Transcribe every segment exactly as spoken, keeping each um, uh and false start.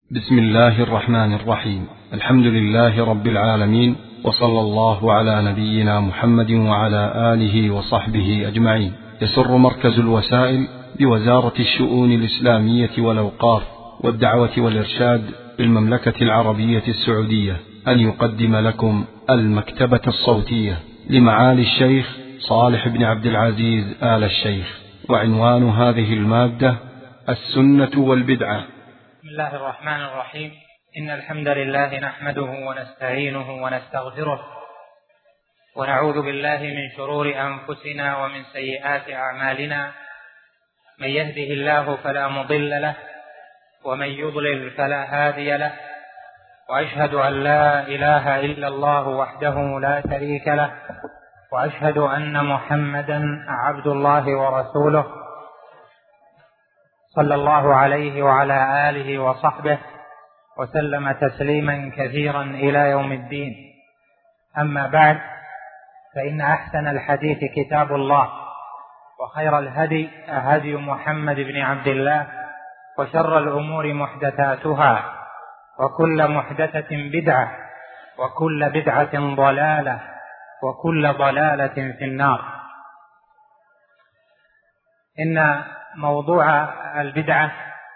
بسم الله الرحمن الرحيم. الحمد لله رب العالمين، وصلى الله على نبينا محمد وعلى آله وصحبه أجمعين. يسر مركز الوسائل بوزارة الشؤون الإسلامية والأوقاف والدعوة والإرشاد بالمملكة العربية السعودية أن يقدم لكم المكتبة الصوتية لمعالي الشيخ صالح بن عبد العزيز آل الشيخ، وعنوان هذه المادة السنة والبدعة. بسم الله الرحمن الرحيم. إن الحمد لله نحمده ونستعينه ونستغفره ونعوذ بالله من شرور أنفسنا ومن سيئات أعمالنا. من يهده الله فلا مضل له ومن يضلل فلا هادي له، وأشهد أن لا إله إلا الله وحده لا شريك له، وأشهد أن محمدا عبد الله ورسوله صلى الله عليه وعلى آله وصحبه وسلم تسليما كثيرا إلى يوم الدين. أما بعد، فإن أحسن الحديث كتاب الله، وخير الهدي هدي محمد بن عبد الله، وشر الأمور محدثاتها، وكل محدثة بدعة، وكل بدعة ضلالة، وكل ضلالة في النار. إن موضوع البدعة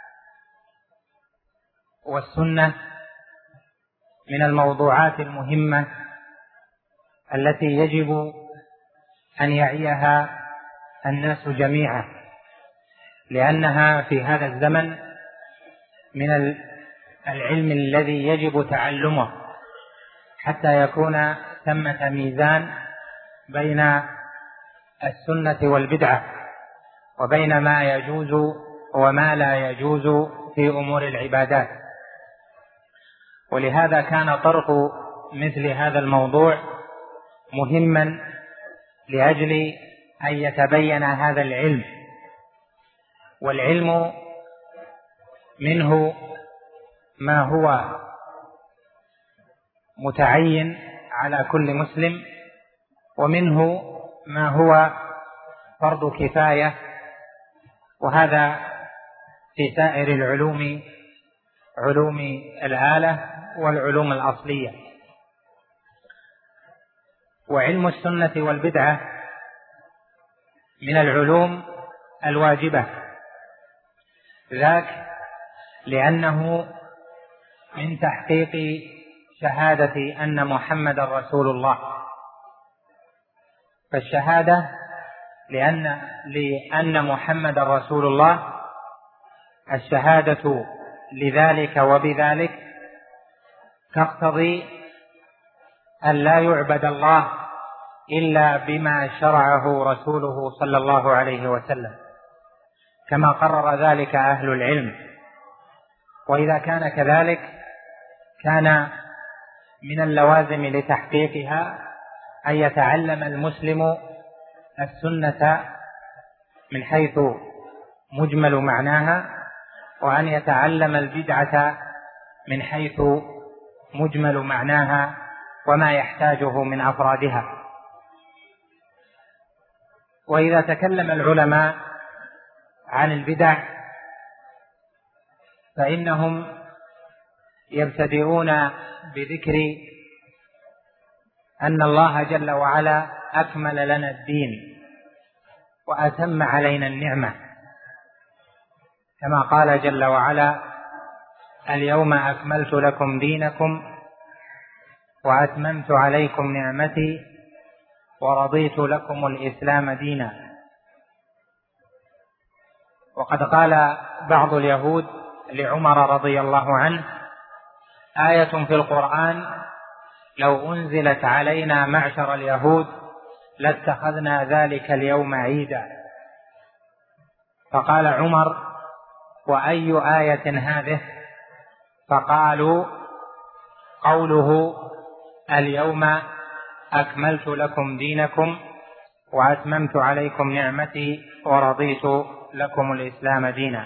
والسنة من الموضوعات المهمة التي يجب أن يعيها الناس جميعا، لأنها في هذا الزمن من العلم الذي يجب تعلمه حتى يكون ثمة ميزان بين السنة والبدعة، وبين ما يجوز وما لا يجوز في أمور العبادات. ولهذا كان طرح مثل هذا الموضوع مهما لأجل أن يتبين هذا العلم، والعلم منه ما هو متعين على كل مسلم، ومنه ما هو فرض كفاية، وهذا في سائر العلوم، علوم الآلة والعلوم الأصلية. وعلم السنة والبدعة من العلوم الواجبة، ذاك لأنه من تحقيق شهادة أن محمد رسول الله. فالشهادة لأن لأن محمد رسول الله، الشهادة لذلك وبذلك تقتضي أن لا يعبد الله إلا بما شرعه رسوله صلى الله عليه وسلم، كما قرر ذلك أهل العلم. وإذا كان كذلك، كان من اللوازم لتحقيقها أن يتعلم المسلم السنة من حيث مجمل معناها، وأن يتعلم البدعة من حيث مجمل معناها وما يحتاجه من أفرادها. وإذا تكلم العلماء عن البدع فإنهم يبتدئون بذكر أن الله جل وعلا أكمل لنا الدين وأتم علينا النعمة، كما قال جل وعلا: اليوم أكملت لكم دينكم وأتممت عليكم نعمتي ورضيت لكم الإسلام دينا. وقد قال بعض اليهود لعمر رضي الله عنه: آية في القرآن لو أنزلت علينا معشر اليهود لاتخذنا ذلك اليوم عيدا. فقال عمر: وأي آية هذه؟ فقالوا: قوله اليوم أكملت لكم دينكم وأتممت عليكم نعمتي ورضيت لكم الإسلام دينا.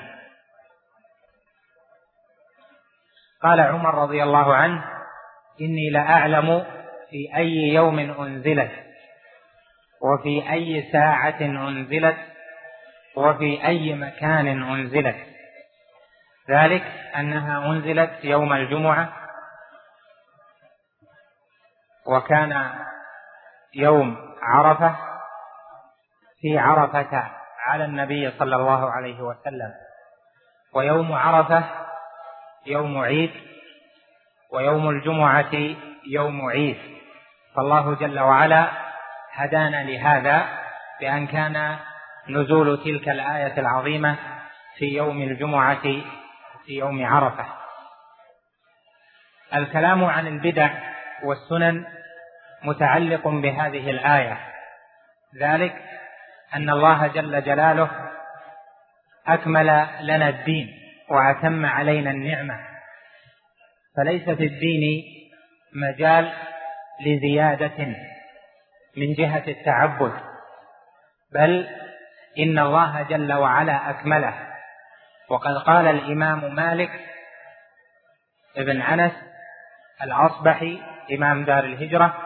قال عمر رضي الله عنه: إني لأعلم في أي يوم أنزلت، وفي أي ساعة أنزلت، وفي أي مكان أنزلت. ذلك أنها أنزلت يوم الجمعة، وكان يوم عرفة في عرفة على النبي صلى الله عليه وسلم، ويوم عرفة يوم عيد، ويوم الجمعة يوم عيد. فالله جل وعلا هدانا لهذا بأن كان نزول تلك الآية العظيمة في يوم الجمعة في يوم عرفة. الكلام عن البدع والسنن متعلق بهذه الآية، ذلك أن الله جل جلاله أكمل لنا الدين وأتم علينا النعمة، فليس في الدين مجال لزيادة من جهة التعبد، بل إن الله جل وعلا أكمله. وقد قال الإمام مالك ابن أنس الأصبحي إمام دار الهجرة،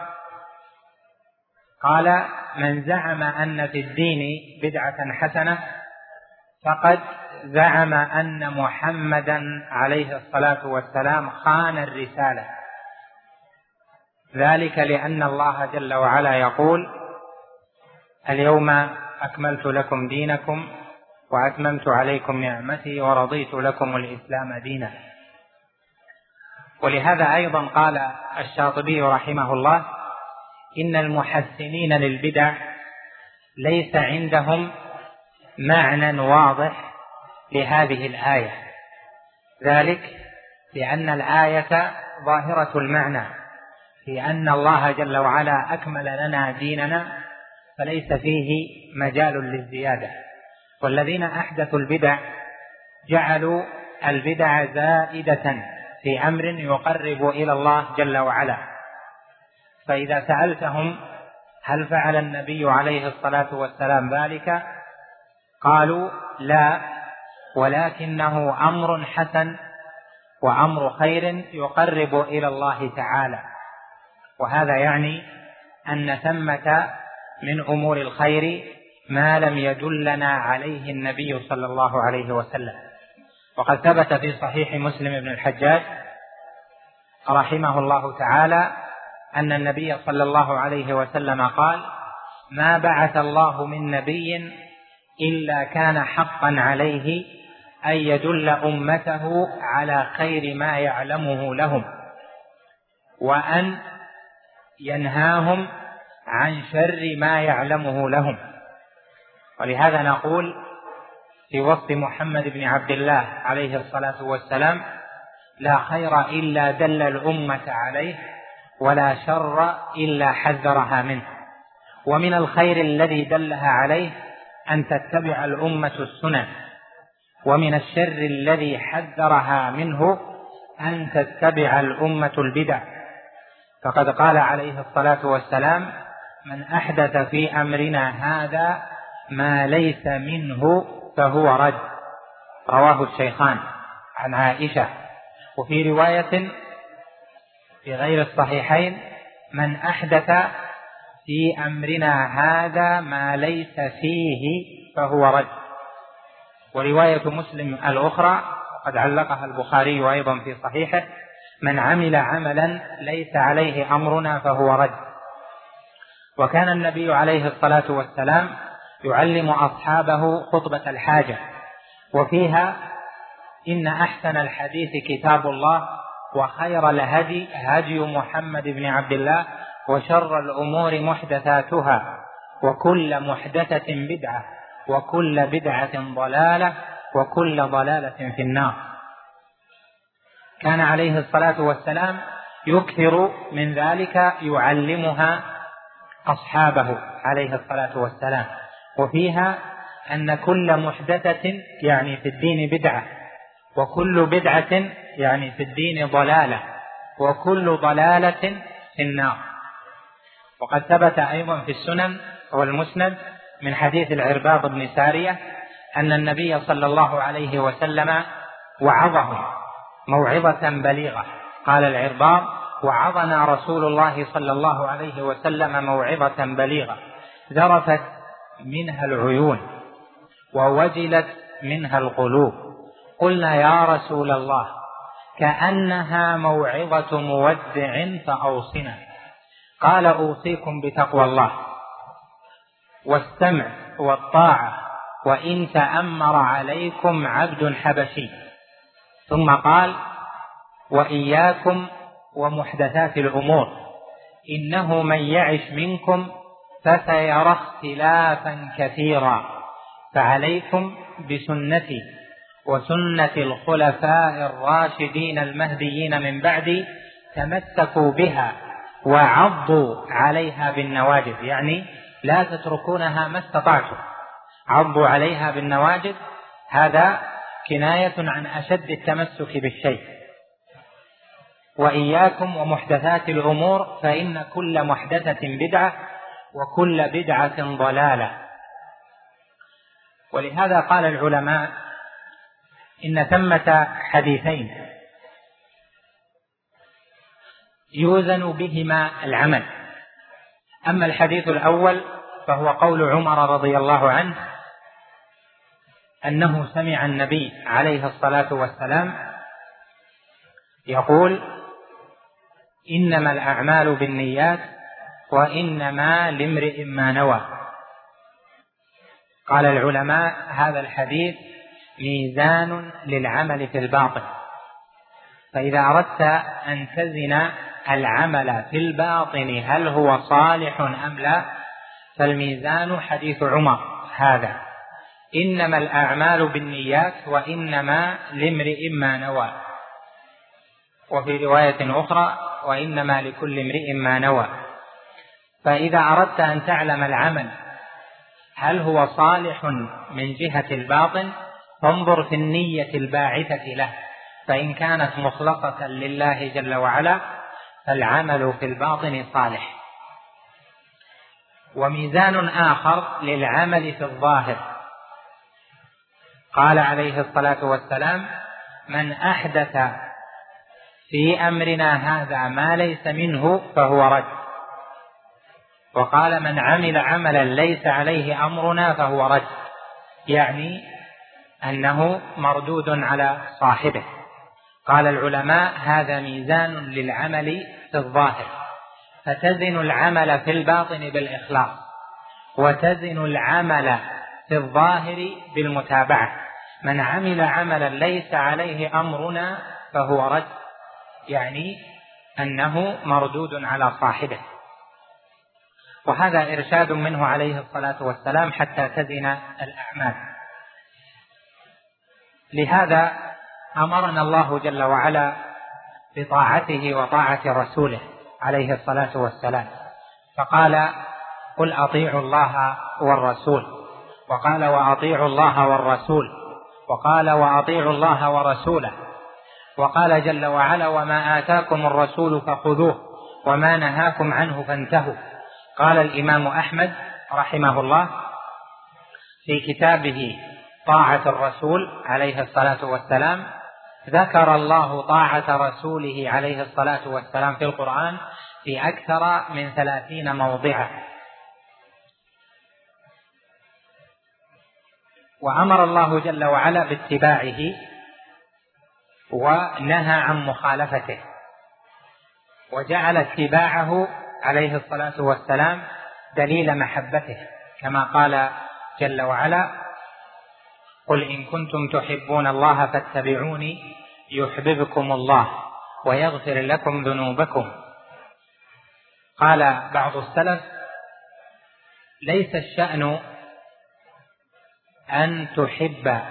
قال: من زعم أن في الدين بدعة حسنة فقد زعم أن محمدا عليه الصلاة والسلام خان الرسالة، ذلك لأن الله جل وعلا يقول: اليوم أكملت لكم دينكم وأتممت عليكم نعمتي ورضيت لكم الإسلام دينا. ولهذا أيضا قال الشاطبي رحمه الله: إن المحسنين للبدع ليس عندهم معنى واضح لهذه الآية، ذلك لأن الآية ظاهرة المعنى في أن الله جل وعلا أكمل لنا ديننا، فليس فيه مجال للزيادة. والذين أحدثوا البدع جعلوا البدع زائدة في أمر يقرب إلى الله جل وعلا، فإذا سألتهم هل فعل النبي عليه الصلاة والسلام ذلك؟ قالوا: لا، ولكنه أمر حسن وأمر خير يقرب إلى الله تعالى. وهذا يعني أن ثمة من أمور الخير ما لم يدلنا عليه النبي صلى الله عليه وسلم. وقد ثبت في صحيح مسلم بن الحجاج رحمه الله تعالى أن النبي صلى الله عليه وسلم قال: ما بعث الله من نبي إلا كان حقا عليه أن يدل أمته على خير ما يعلمه لهم، وأن ينهاهم عن شر ما يعلمه لهم. ولهذا نقول في وصف محمد بن عبد الله عليه الصلاة والسلام: لا خير إلا دل الأمة عليه، ولا شر إلا حذرها منه. ومن الخير الذي دلها عليه أن تتبع الأمة السنن، ومن الشر الذي حذرها منه أن تتبع الأمة البدع. فقد قال عليه الصلاة والسلام: من أحدث في أمرنا هذا ما ليس منه فهو رد. رواه الشيخان عن عائشة. وفي رواية في غير الصحيحين: من أحدث في أمرنا هذا ما ليس فيه فهو رد. ورواية مسلم الأخرى قد علقها البخاري أيضا في صحيحه: من عمل عملا ليس عليه أمرنا فهو رد. وكان النبي عليه الصلاة والسلام يعلم أصحابه خطبة الحاجة، وفيها: إن أحسن الحديث كتاب الله، وخير الهدي هدي محمد بن عبد الله، وشر الأمور محدثاتها، وكل محدثة بدعة، وكل بدعة ضلالة، وكل ضلالة في النار. كان عليه الصلاة والسلام يكثر من ذلك يعلمها أصحابه عليه الصلاة والسلام. وفيها أن كل محدثة يعني في الدين بدعة، وكل بدعة يعني في الدين ضلالة، وكل ضلالة في النار. وقد ثبت أيضا في السنن والمسند من حديث العرباض بن سارية أن النبي صلى الله عليه وسلم وعظهم موعظة بليغة. قال العرباض: وعظنا رسول الله صلى الله عليه وسلم موعظة بليغة ذرفت منها العيون، ووجلت منها القلوب، قلنا يا رسول الله كأنها موعظة مودع فأوصنا. قال أوصيكم بتقوى الله والسمع والطاعة وإن تأمر عليكم عبد حبشي. ثم قال وإياكم ومحدثات الأمور إنه من يعش منكم فسيرى اختلافا كثيرا فعليكم بسنتي وسنة الخلفاء الراشدين المهديين من بعدي تمسكوا بها وعضوا عليها بالنواجذ، يعني لا تتركونها ما استطعتم، عضوا عليها بالنواجذ، هذا كناية عن أشد التمسك بالشيء. وإياكم ومحدثات الأمور فإن كل محدثة بدعة وكل بدعة ضلالة. ولهذا قال العلماء إن ثمة حديثين يوزن بهما العمل. أما الحديث الأول فهو قول عمر رضي الله عنه أنه سمع النبي عليه الصلاة والسلام يقول إنما الأعمال بالنيات وإنما لامرئ ما نوى. قال العلماء هذا الحديث ميزان للعمل في الباطن، فإذا أردت أن تزن العمل في الباطن هل هو صالح أم لا، فالميزان حديث عمر هذا إنما الأعمال بالنيات وإنما لامرئ ما نوى، وفي رواية أخرى وإنما لكل امرئ ما نوى. فإذا أردت أن تعلم العمل هل هو صالح من جهة الباطن فانظر في النية الباعثة له، فإن كانت مخلصة لله جل وعلا فالعمل في الباطن صالح. وميزان آخر للعمل في الظاهر، قال عليه الصلاة والسلام من أحدث في أمرنا هذا ما ليس منه فهو رد، وقال من عمل عملا ليس عليه أمرنا فهو رد، يعني أنه مردود على صاحبه. قال العلماء هذا ميزان للعمل في الظاهر، فتزن العمل في الباطن بالإخلاص وتزن العمل في الظاهر بالمتابعة. من عمل عملا ليس عليه أمرنا فهو رد، يعني أنه مردود على صاحبه. وهذا إرشاد منه عليه الصلاة والسلام حتى تزن الأعمال. لهذا أمرنا الله جل وعلا بطاعته وطاعة رسوله عليه الصلاة والسلام، فقال قل أطيعوا الله والرسول، وقال وأطيعوا الله والرسول، وقال وأطيعوا الله ورسوله، وقال جل وعلا وما آتاكم الرسول فخذوه وما نهاكم عنه فانتهوا. قال الإمام أحمد رحمه الله في كتابه طاعة الرسول عليه الصلاة والسلام ذكر الله طاعة رسوله عليه الصلاة والسلام في القرآن في أكثر من ثلاثين موضعا، وأمر الله جل وعلا باتباعه ونهى عن مخالفته، وجعل اتباعه عليه الصلاة والسلام دليل محبته، كما قال جل وعلا قل إن كنتم تحبون الله فاتبعوني يحببكم الله ويغفر لكم ذنوبكم. قال بعض السلف ليس الشأن أن تحب،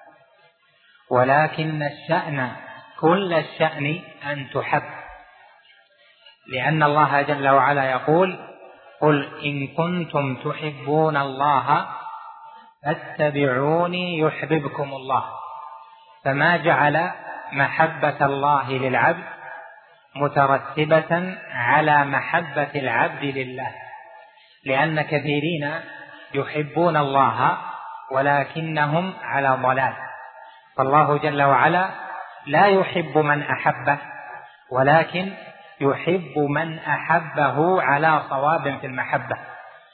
ولكن الشأن كل الشأن أن تحب، لأن الله جل وعلا يقول قل إن كنتم تحبون الله فاتبعوني يحببكم الله، فما جعل محبة الله للعبد مترتبة على محبة العبد لله، لأن كثيرين يحبون الله ولكنهم على ضلال، فالله جل وعلا لا يحب من أحبه ولكن يحب من أحبه على صواب في المحبة،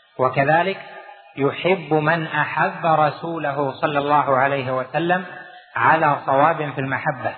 وكذلك يحب من أحب رسوله صلى الله عليه وسلم على صواب في المحبة.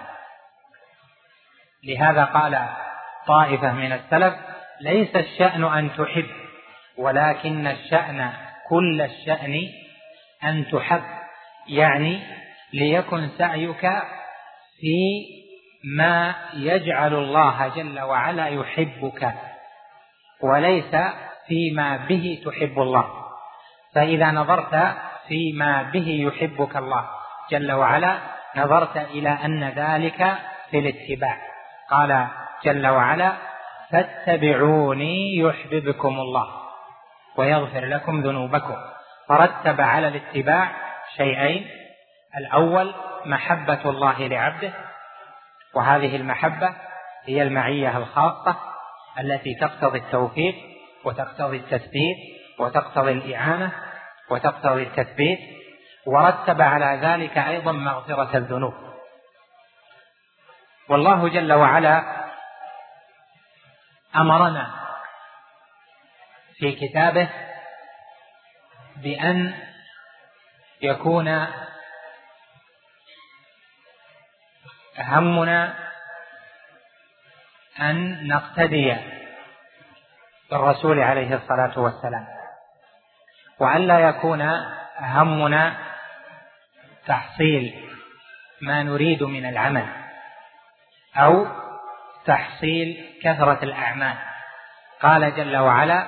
لهذا قال طائفة من السلف: ليس الشأن أن تحب، ولكن الشأن كل الشأن أن تحب، يعني ليكن سعيك في ما يجعل الله جل وعلا يحبك، وليس فيما به تحب الله. فإذا نظرت فيما به يحبك الله جل وعلا نظرت إلى أن ذلك في الاتباع. قال جل وعلا: فاتبعوني يحببكم الله ويغفر لكم ذنوبكم. فرتب على الاتباع شيئين: الأول محبة الله لعبده، وهذه المحبة هي المعية الخاصة التي تقتضي التوفيق وتقتضي التثبيت وتقتضي الإعانة وتقتضي التثبيت. ورتب على ذلك أيضا مغفرة الذنوب. والله جل وعلا أمرنا في كتابه بأن يكون همنا أن نقتدي بالرسول عليه الصلاة والسلام، وأن لا يكون همنا تحصيل ما نريد من العمل أو تحصيل كثرة الأعمال. قال جل وعلا: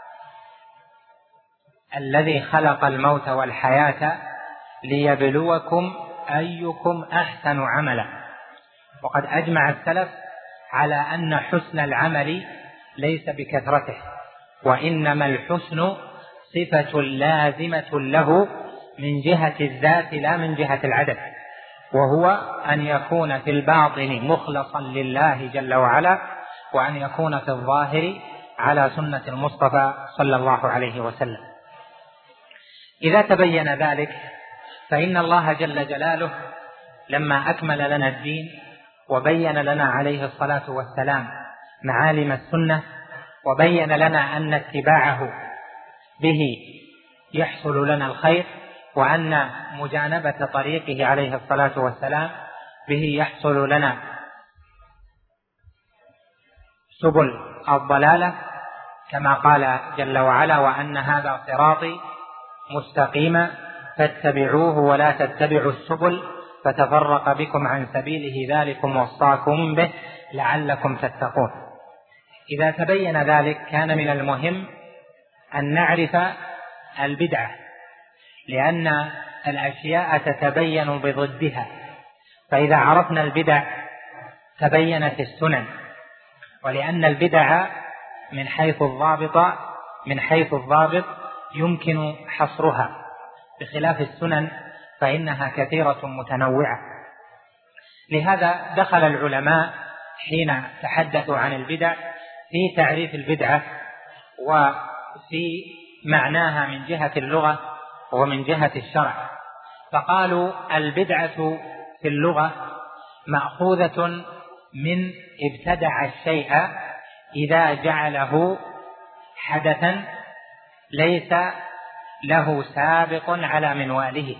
الذي خلق الموت والحياة ليبلوكم أيكم أحسن عملا. وقد أجمع السلف على أن حسن العمل ليس بكثرته، وإنما الحسن صفة لازمة له من جهة الذات لا من جهة العدد، وهو أن يكون في الباطن مخلصا لله جل وعلا، وأن يكون في الظاهر على سنة المصطفى صلى الله عليه وسلم. إذا تبين ذلك فإن الله جل جلاله لما أكمل لنا الدين وبين لنا عليه الصلاة والسلام معالم السنة، وبين لنا أن اتباعه به يحصل لنا الخير، وأن مجانبة طريقه عليه الصلاة والسلام به يحصل لنا سبل الضلالة، كما قال جل وعلا: وأن هذا صراطي مستقيما فاتبعوه ولا تتبعوا السبل فتفرق بكم عن سبيله ذلكم وصاكم به لعلكم تتقون. إذا تبين ذلك كان من المهم أن نعرف البدعة، لأن الأشياء تتبين بضدها، فإذا عرفنا البدع تبينت السنن. ولأن البدع من حيث الضابط من حيث الضابط يمكن حصرها، بخلاف السنن فإنها كثيرة متنوعة. لهذا دخل العلماء حين تحدثوا عن البدع في تعريف البدعة وفي معناها من جهة اللغة ومن جهة الشرع، فقالوا: البدعة في اللغة مأخوذة من ابتدع الشيء إذا جعله حدثا ليس له سابق على منواله،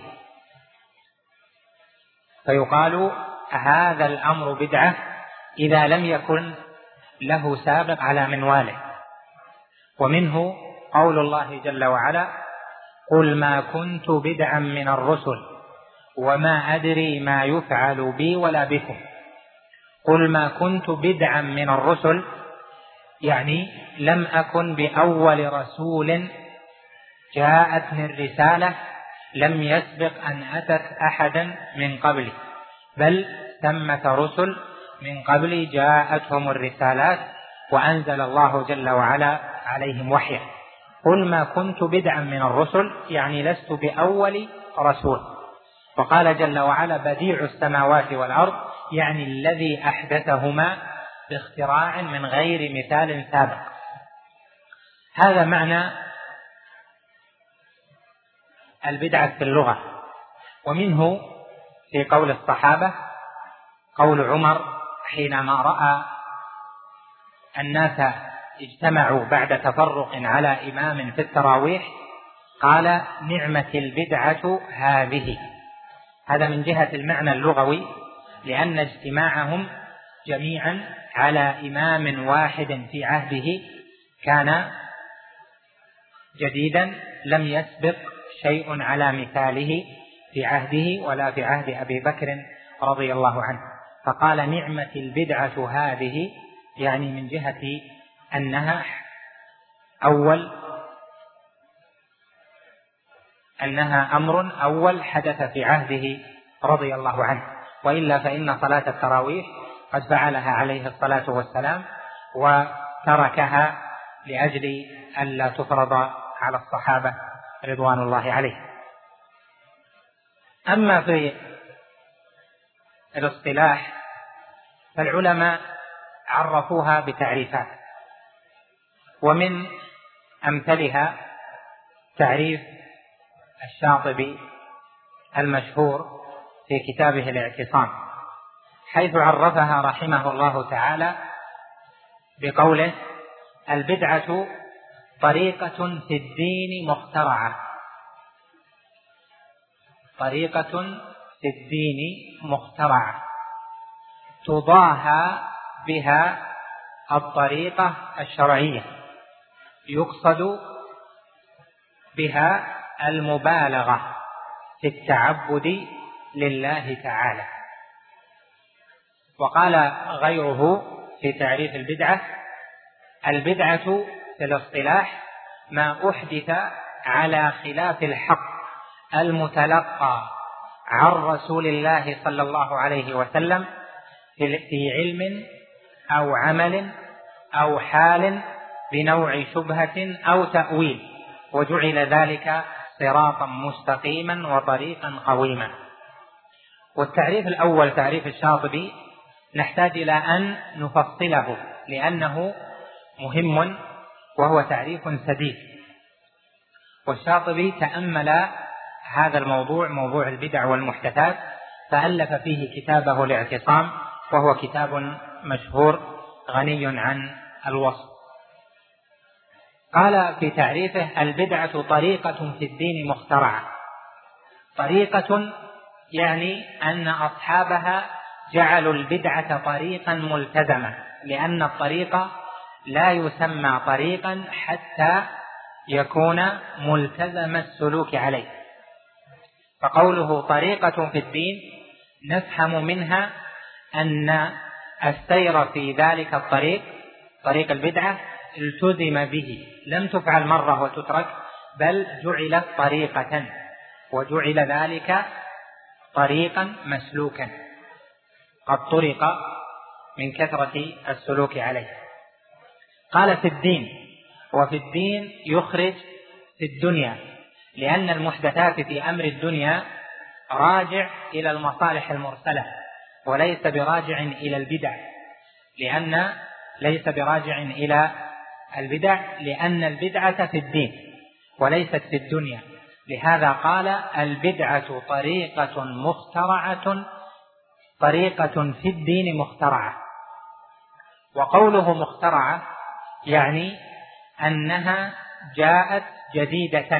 فيقال هذا الأمر بدعة إذا لم يكن له سابق على منواله. ومنه قول الله جل وعلا: قل ما كنت بدعا من الرسل وما أدري ما يفعل بي ولا بكم. قل ما كنت بدعا من الرسل يعني لم أكن بأول رسول جاءتني الرسالة، لم يسبق أن أتت أحدا من قبلي، بل ثمة رسل من قبلي جاءتهم الرسالات وأنزل الله جل وعلا عليهم وحيا. قل ما كنت بدعا من الرسل يعني لست بأول رسول. وقال جل وعلا: بديع السماوات والأرض يعني الذي أحدثهما باختراع من غير مثال سابق. هذا معنى البدعة في اللغة. ومنه في قول الصحابة قول عمر حينما رأى الناس اجتمعوا بعد تفرق على إمام في التراويح قال: نعمة البدعة هذه. هذا من جهة المعنى اللغوي، لأن اجتماعهم جميعا على إمام واحد في عهده كان جديدا لم يسبق شيء على مثاله في عهده ولا في عهد أبي بكر رضي الله عنه. فقال نعمة البدعة هذه، يعني من جهة أنها أول أنها أمر أول حدث في عهده رضي الله عنه، وإلا فإن صلاة التراويح قد فعلها عليه الصلاة والسلام وتركها لأجل ألا تفرض على الصحابة رضوان الله عليهم. أما في الاصطلاح فالعلماء عرفوها بتعريفات، ومن أمثلها تعريف الشاطبي المشهور في كتابه الاعتصام، حيث عرفها رحمه الله تعالى بقوله: البدعة طريقة في الدين مخترعة، طريقة في الدين مخترعة تضاهى بها الطريقة الشرعية، يقصد بها المبالغة في التعبد لله تعالى. وقال غيره في تعريف البدعة: البدعة في الاصطلاح ما أحدث على خلاف الحق المتلقى عن رسول الله صلى الله عليه وسلم في علم أو عمل أو حال بنوع شبهة أو تأويل، وجعل ذلك صراطا مستقيما وطريقا قويما. والتعريف الأول تعريف الشاطبي نحتاج إلى أن نفصله لأنه مهم وهو تعريف سديد. والشاطبي تأمل هذا الموضوع، موضوع البدع والمحدثات، فألف فيه كتابه الاعتصام، وهو كتاب مشهور غني عن الوصف. قال في تعريفه: البدعة طريقة في الدين مخترعة. طريقة يعني أن أصحابها جعلوا البدعة طريقا ملتزما، لأن الطريق لا يسمى طريقا حتى يكون ملتزم السلوك عليه. فقوله طريقة في الدين نفهم منها أن السير في ذلك الطريق، طريق البدعة، التزم به، لم تفعل مرة وتترك، بل جعلت طريقة، وجعل ذلك طريقا مسلوكا، قد طرق من كثرة السلوك عليه. قال في الدين، وفي الدين يخرج في الدنيا، لأن المحدثات في أمر الدنيا راجع إلى المصالح المرسلة، وليس براجع إلى البدع، لأن ليس براجع إلى البدع لأن البدعة في الدين وليست في الدنيا. لهذا قال: البدعة طريقة مخترعة، طريقة في الدين مخترعة. وقوله مخترعة يعني أنها جاءت جديدة،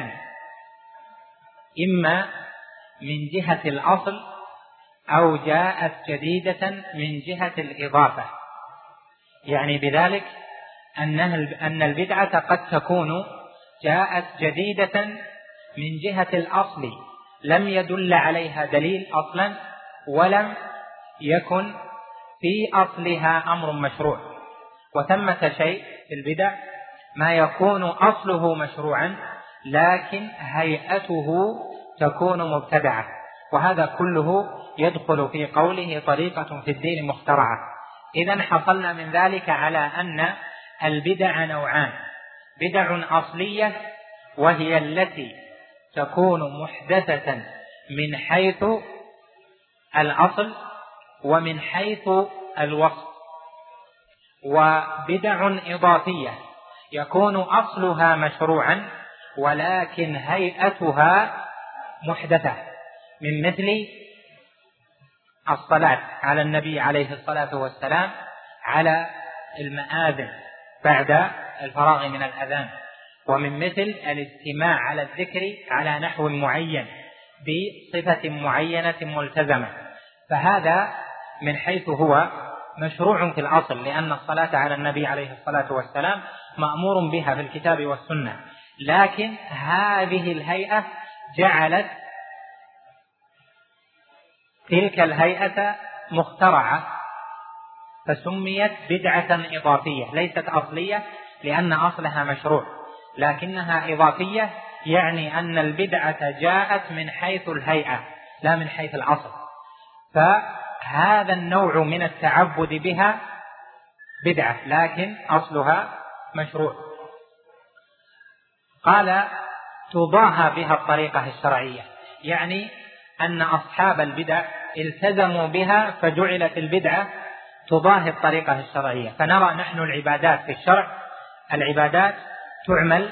إما من جهة الأصل أو جاءت جديدة من جهة الإضافة، يعني بذلك أن البدعة قد تكون جاءت جديدة من جهة الأصل، لم يدل عليها دليل أصلا، ولم يكن في أصلها أمر مشروع. وثمة شيء في البدع ما يكون أصله مشروعا لكن هيئته تكون مبتدعة، وهذا كله يدخل في قوله طريقة في الدين مخترعة. إذن حصلنا من ذلك على أن البدع نوعان: بدع أصلية وهي التي تكون محدثة من حيث الأصل ومن حيث الوصف، وبدع إضافية يكون أصلها مشروعا ولكن هيئتها محدثة، من مثل الصلاة على النبي عليه الصلاة والسلام على المآذن بعد الفراغ من الأذان، ومن مثل الاجتماع على الذكر على نحو معين، بصفة معينة ملتزمة، فهذا من حيث هو مشروع في الأصل، لأن الصلاة على النبي عليه الصلاة والسلام مأمور بها في الكتاب والسنة، لكن هذه الهيئة جعلت تلك الهيئة مخترعة فسميت بدعة إضافية، ليست أصلية لأن أصلها مشروع، لكنها إضافية، يعني أن البدعة جاءت من حيث الهيئة لا من حيث الأصل، فهذا النوع من التعبد بها بدعة لكن أصلها مشروع. قال تضاهى بها الطريقة الشرعية، يعني أن أصحاب البدع التزموا بها فجعلت البدعة تضاهي الطريقة الشرعية. فنرى نحن العبادات في الشرع، العبادات تعمل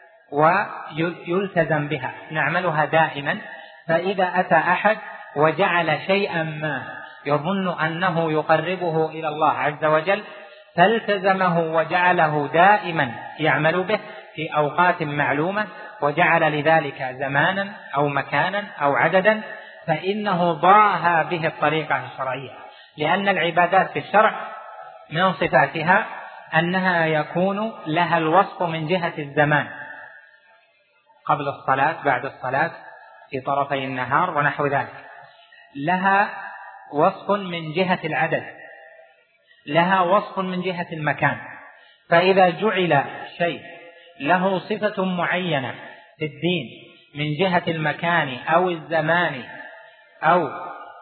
ويلتزم بها، نعملها دائما، فإذا أتى أحد وجعل شيئا ما يظن أنه يقربه إلى الله عز وجل فالتزمه وجعله دائما يعمل به في أوقات معلومة وجعل لذلك زمانا أو مكانا أو عددا، فإنه ضاهى به الطريقة الشرعية، لأن العبادات في الشرع من صفاتها أنها يكون لها الوصف من جهة الزمان، قبل الصلاة، بعد الصلاة، في طرفي النهار ونحو ذلك، لها وصف من جهة العدد، لها وصف من جهة المكان. فإذا جعل شيء له صفة معينة في الدين من جهة المكان أو الزمان أو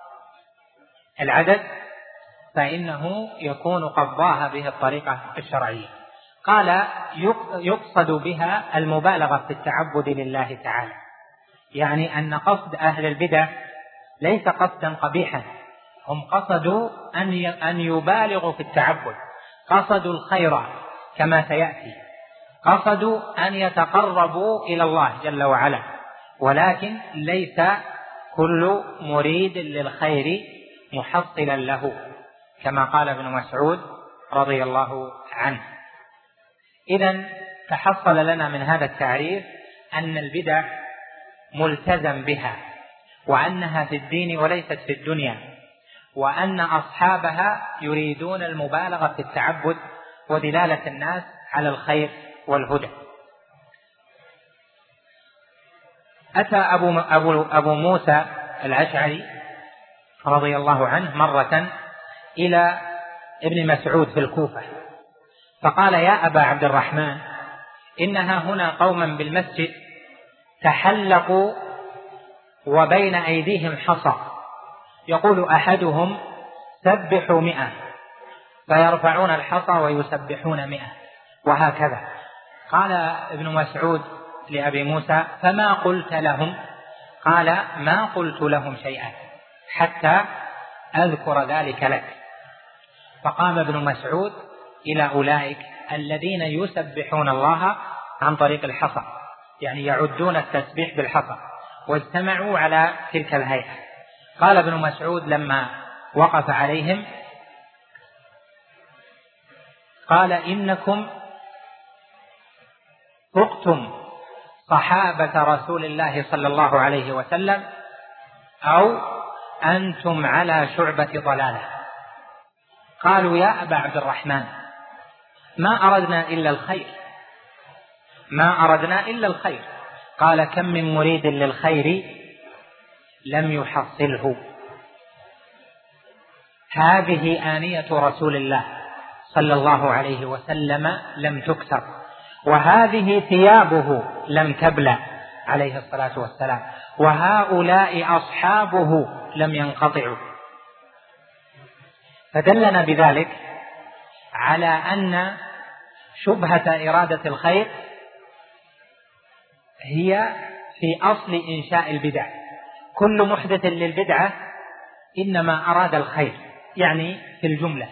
العدد فإنه يكون قد ضاهى به الطريقة الشرعية. قال يقصد بها المبالغة في التعبد لله تعالى، يعني أن قصد أهل البدع ليس قصدا قبيحا، هم قصدوا أن يبالغوا في التعبد، قصدوا الخير كما سيأتي، قصدوا أن يتقربوا إلى الله جل وعلا، ولكن ليس كل مريد للخير محصلا له، كما قال ابن مسعود رضي الله عنه. إذن تحصل لنا من هذا التعريف أن البدع ملتزم بها، وأنها في الدين وليست في الدنيا، وأن أصحابها يريدون المبالغة في التعبد ودلالة الناس على الخير والهدى. أتى أبو, أبو, أبو موسى الأشعري رضي الله عنه مرة إلى ابن مسعود في الكوفة فقال: يا أبا عبد الرحمن، إنها هنا قوما بالمسجد تحلقوا وبين أيديهم حصى، يقول أحدهم سبحوا مئة، فيرفعون الحصى ويسبحون مئة، وهكذا. قال ابن مسعود لأبي موسى: فما قلت لهم؟ قال: ما قلت لهم شيئا حتى أذكر ذلك لك. فقام ابن مسعود إلى أولئك الذين يسبحون الله عن طريق الحصى، يعني يعدون التسبيح بالحصى، واجتمعوا على تلك الهيئة. قال ابن مسعود لما وقف عليهم قال: إنكم فقتم صحابة رسول الله صلى الله عليه وسلم، أو أنتم على شعبة ضلالة. قالوا: يا أبا عبد الرحمن، ما أردنا إلا الخير، ما أردنا إلا الخير. قال: كم من مريد للخير لم يحصله. هذه آنية رسول الله صلى الله عليه وسلم لم تكسر، وهذه ثيابه لم تبلى عليه الصلاة والسلام، وهؤلاء أصحابه لم ينقطعوا. فدلنا بذلك على أن شبهة إرادة الخير هي في أصل إنشاء البدع. كل محدث للبدعة إنما أراد الخير، يعني في الجملة.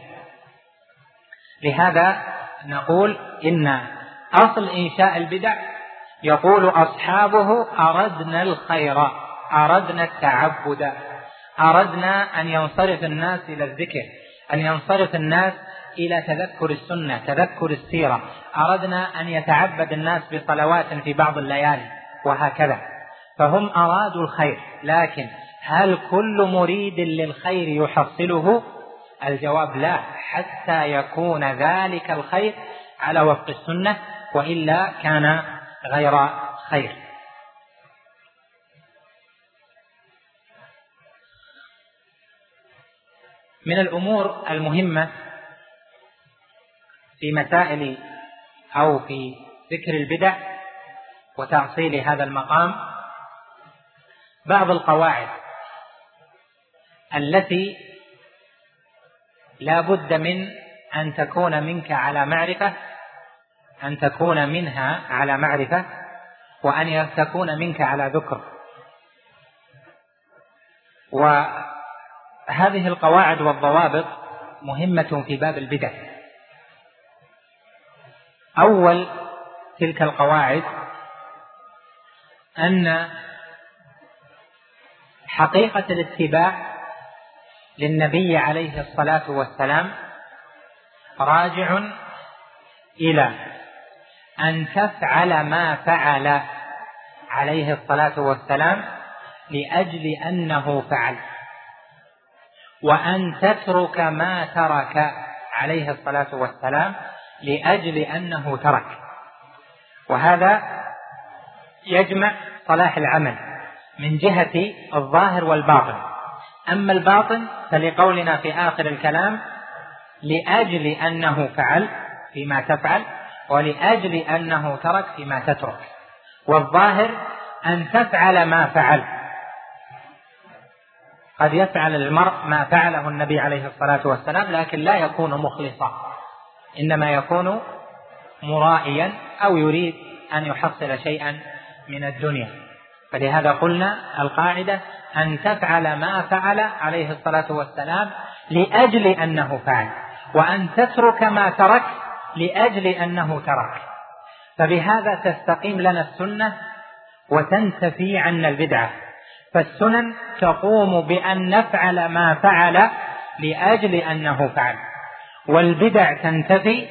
لهذا نقول إن أصل إنشاء البدع يقول أصحابه: أردنا الخير، أردنا التعبد، أردنا أن ينصرف الناس إلى الذكر، أن ينصرف الناس إلى تذكر السنة، تذكر السيرة، أردنا أن يتعبد الناس بصلوات في بعض الليالي، وهكذا. فهم أرادوا الخير، لكن هل كل مريد للخير يحصله؟ الجواب لا، حتى يكون ذلك الخير على وفق السنة، وإلا كان غير خير. من الأمور المهمة في مسائل أو في ذكر البدع وتأصيل هذا المقام بعض القواعد التي لا بد من أن تكون منك على معرفة أن تكون منها على معرفة وأن تكون منك على ذكر. وهذه القواعد والضوابط مهمة في باب البدع. أول تلك القواعد أن حقيقة الاتباع للنبي عليه الصلاة والسلام راجع إلى أن تفعل ما فعل عليه الصلاة والسلام لأجل أنه فعل، وأن تترك ما ترك عليه الصلاة والسلام لأجل أنه ترك. وهذا يجمع صلاح العمل من جهة الظاهر والباطن. أما الباطن فلقولنا في آخر الكلام لأجل أنه فعل فيما تفعل، ولأجل أنه ترك فيما تترك. والظاهر أن تفعل ما فعل. قد يفعل المرء ما فعله النبي عليه الصلاة والسلام لكن لا يكون مخلصا، إنما يكون مرائيا أو يريد أن يحصل شيئا من الدنيا. فلهذا قلنا القاعدة أن تفعل ما فعل عليه الصلاة والسلام لأجل أنه فعل، وأن تترك ما ترك لأجل أنه ترك. فبهذا تستقيم لنا السنة وتنتفي عنا البدعة. فالسنن تقوم بأن نفعل ما فعل لأجل أنه فعل، والبدع تنتفي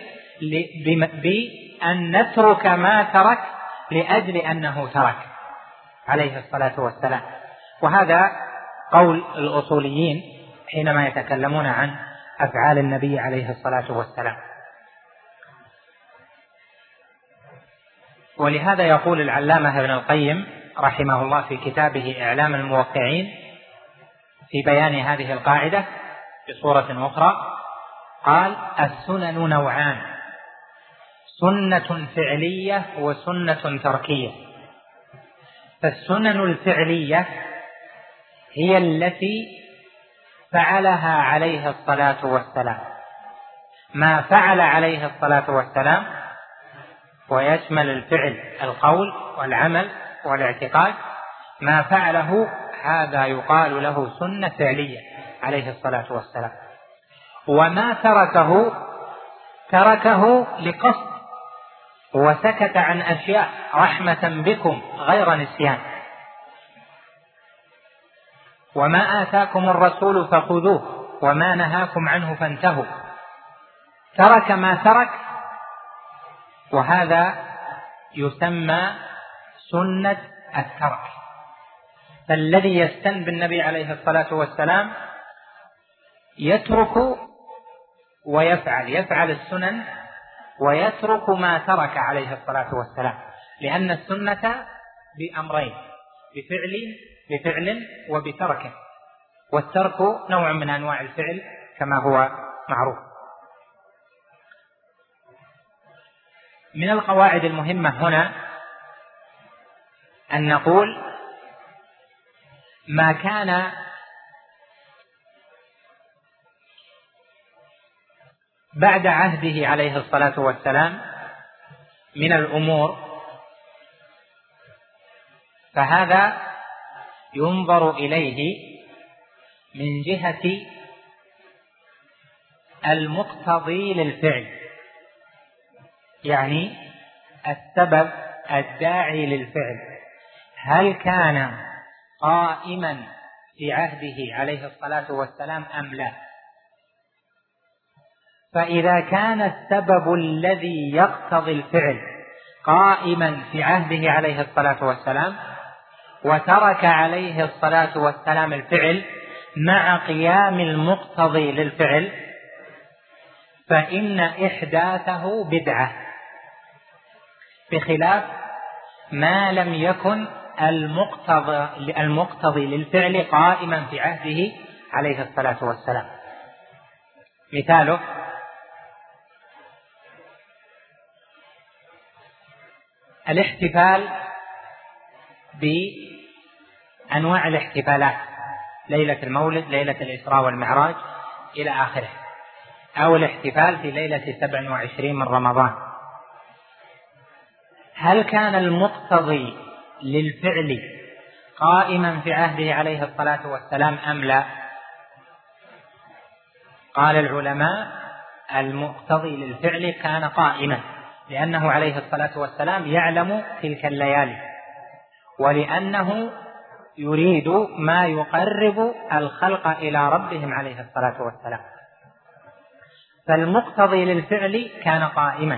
بأن نترك ما ترك لأجل أنه ترك عليه الصلاة والسلام. وهذا قول الأصوليين حينما يتكلمون عن أفعال النبي عليه الصلاة والسلام. ولهذا يقول العلامة ابن القيم رحمه الله في كتابه إعلام الموقعين في بيان هذه القاعدة بصورة أخرى، قال: السنن نوعان، سنة فعلية وسنة تركية. فالسنن الفعلية هي التي فعلها عليه الصلاة والسلام، ما فعل عليه الصلاة والسلام، ويشمل الفعل القول والعمل والاعتقاد. ما فعله هذا يقال له سنة فعلية عليه الصلاة والسلام. وما تركه تركه لقصد وسكت عن أشياء رحمة بكم غير نسيان. وما آتاكم الرسول فخذوه وما نهاكم عنه فانتهوا. ترك ما ترك، وهذا يسمى سنة الترك. فالذي يستن بالنبي عليه الصلاة والسلام يترك ويفعل يفعل السنن ويترك ما ترك عليه الصلاة والسلام، لأن السنة بأمرين: بفعل بفعل وبترك. والترك نوع من أنواع الفعل كما هو معروف. من القواعد المهمة هنا أن نقول ما كان بعد عهده عليه الصلاة والسلام من الأمور فهذا ينظر إليه من جهة المقتضي للفعل، يعني السبب الداعي للفعل هل كان قائما في عهده عليه الصلاة والسلام أم لا. فإذا كان السبب الذي يقتضي الفعل قائما في عهده عليه الصلاة والسلام وترك عليه الصلاة والسلام الفعل مع قيام المقتضي للفعل فإن إحداثه بدعة، بخلاف ما لم يكن المقتضي, المقتضي للفعل قائما في عهده عليه الصلاة والسلام. مثاله الاحتفال بأنواع الاحتفالات، ليلة المولد، ليلة الإسراء والمعراج إلى آخره، أو الاحتفال في ليلة سبع وعشرين من رمضان. هل كان المقتضي للفعل قائما في عهده عليه الصلاة والسلام أم لا؟ قال العلماء المقتضي للفعل كان قائما، لأنه عليه الصلاة والسلام يعلم تلك الليالي، ولأنه يريد ما يقرب الخلق إلى ربهم عليه الصلاة والسلام، فالمقتضي للفعل كان قائما.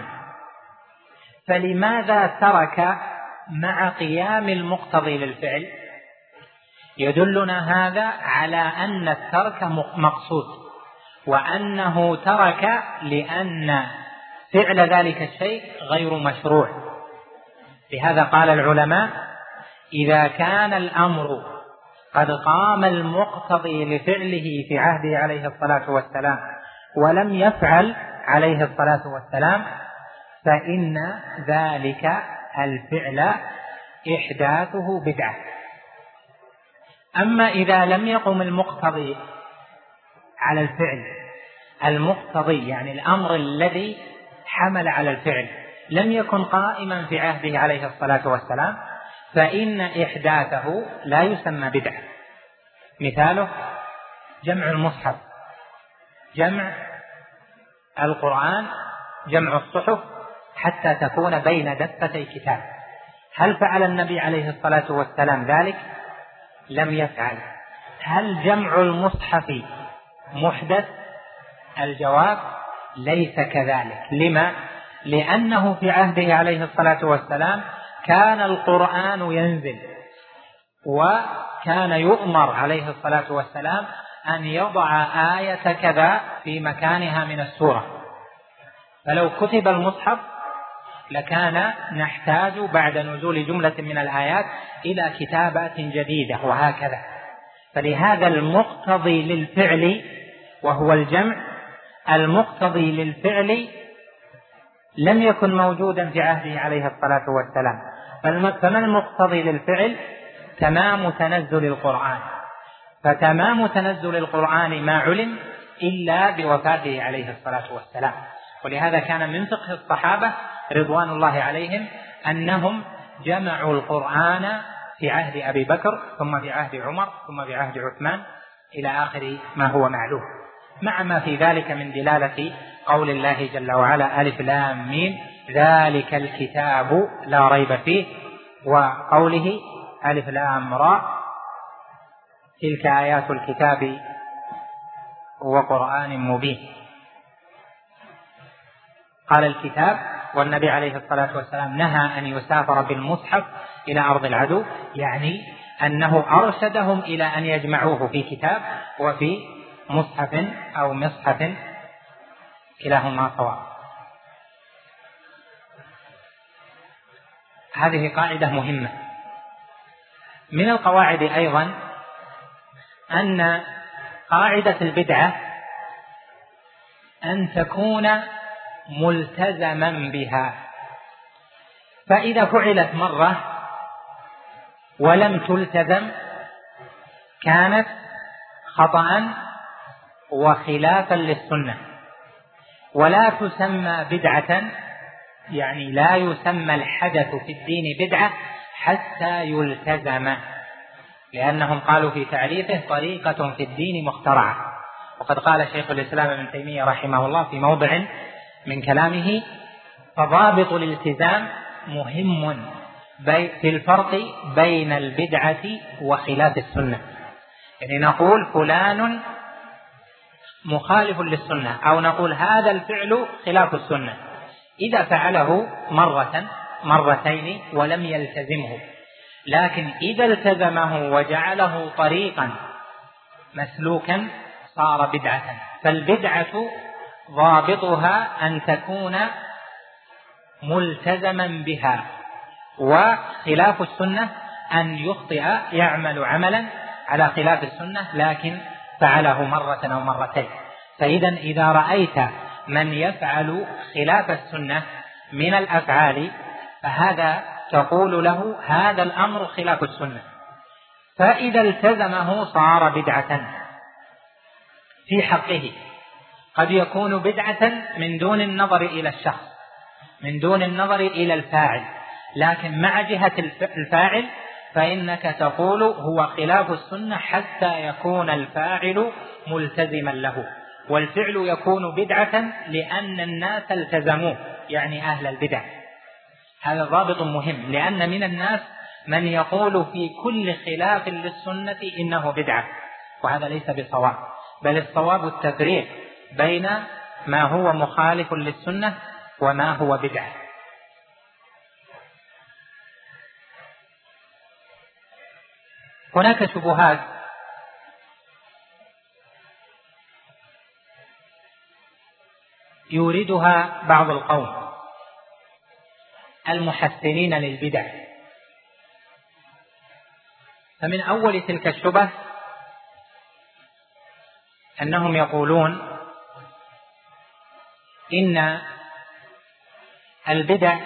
فلماذا ترك مع قيام المقتضي للفعل؟ يدلنا هذا على أن الترك مقصود، وأنه ترك لأن فعل ذلك الشيء غير مشروع. لهذا قال العلماء إذا كان الأمر قد قام المقتضي لفعله في عهده عليه الصلاة والسلام ولم يفعل عليه الصلاة والسلام فإن ذلك الفعل إحداثه بدعة. أما إذا لم يقم المقتضي على الفعل، المقتضي يعني الأمر الذي حمل على الفعل لم يكن قائما في عهده عليه الصلاة والسلام فإن إحداثه لا يسمى بدعة. مثاله جمع المصحف، جمع القرآن، جمع الصحف حتى تكون بين دفتي كتاب. هل فعل النبي عليه الصلاة والسلام ذلك؟ لم يفعل. هل جمع المصحف محدث؟ الجواب ليس كذلك. لما؟ لأنه في عهده عليه الصلاة والسلام كان القرآن ينزل، وكان يؤمر عليه الصلاة والسلام أن يضع آية كذا في مكانها من السورة، فلو كتب المصحف لكان نحتاج بعد نزول جملة من الآيات إلى كتابات جديدة وهكذا. فلهذا المقتضي للفعل وهو الجمع، المقتضي للفعل لم يكن موجودا في عهده عليه الصلاة والسلام. فما المقتضي للفعل؟ تمام تنزل القرآن، فتمام تنزل القرآن ما علم إلا بوفاته عليه الصلاة والسلام. ولهذا كان من فقه الصحابة رضوان الله عليهم أنهم جمعوا القرآن في عهد أبي بكر، ثم في عهد عمر، ثم في عهد عثمان، إلى آخر ما هو معلوم، مع ما في ذلك من دلالة قول الله جل وعلا ألف لام ميم ذلك الكتاب لا ريب فيه، وقوله ألف لام را تلك آيات الكتاب وقرآن مبين. قال الكتاب، والنبي عليه الصلاة والسلام نهى أن يسافر بالمصحف إلى أرض العدو، يعني أنه أرشدهم إلى أن يجمعوه في كتاب وفي مصحف أو مصحف كلاهما سواء. هذه قاعدة مهمة. من القواعد أيضا أن قاعدة البدعة أن تكون ملتزما بها، فإذا فعلت مرة ولم تلتزم كانت خطأ وخلافا للسنة، ولا تسمى بدعة، يعني لا يسمى الحدث في الدين بدعة حتى يلتزم، لأنهم قالوا في تعريفه طريقة في الدين مخترعة. وقد قال شيخ الإسلام ابن تيمية رحمه الله في موضع من كلامه فضابط الالتزام مهم في الفرق بين البدعة وخلاف السنة. يعني نقول فلان مخالف للسنة، أو نقول هذا الفعل خلاف السنة إذا فعله مرة مرتين ولم يلتزمه، لكن إذا التزمه وجعله طريقا مسلوكا صار بدعة. فالبدعة ضابطها أن تكون ملتزما بها، وخلاف السنة أن يخطئ يعمل عملا على خلاف السنة لكن فعله مرة أو مرتين. فإذا إذا رأيت من يفعل خلاف السنة من الأفعال فهذا تقول له هذا الأمر خلاف السنة، فإذا التزمه صار بدعة في حقه. قد يكون بدعة من دون النظر إلى الشخص، من دون النظر إلى الفاعل، لكن مع جهة الفاعل فإنك تقول هو خلاف السنة حتى يكون الفاعل ملتزما له، والفعل يكون بدعة لأن الناس التزموه، يعني أهل البدع. هذا ضابط مهم، لأن من الناس من يقول في كل خلاف للسنة إنه بدعة، وهذا ليس بصواب، بل الصواب التفريق بين ما هو مخالف للسنة وما هو بدعة. هناك شبهات يوردها بعض القوم المحسنين للبدع. فمن أول تلك الشبه أنهم يقولون إن البدع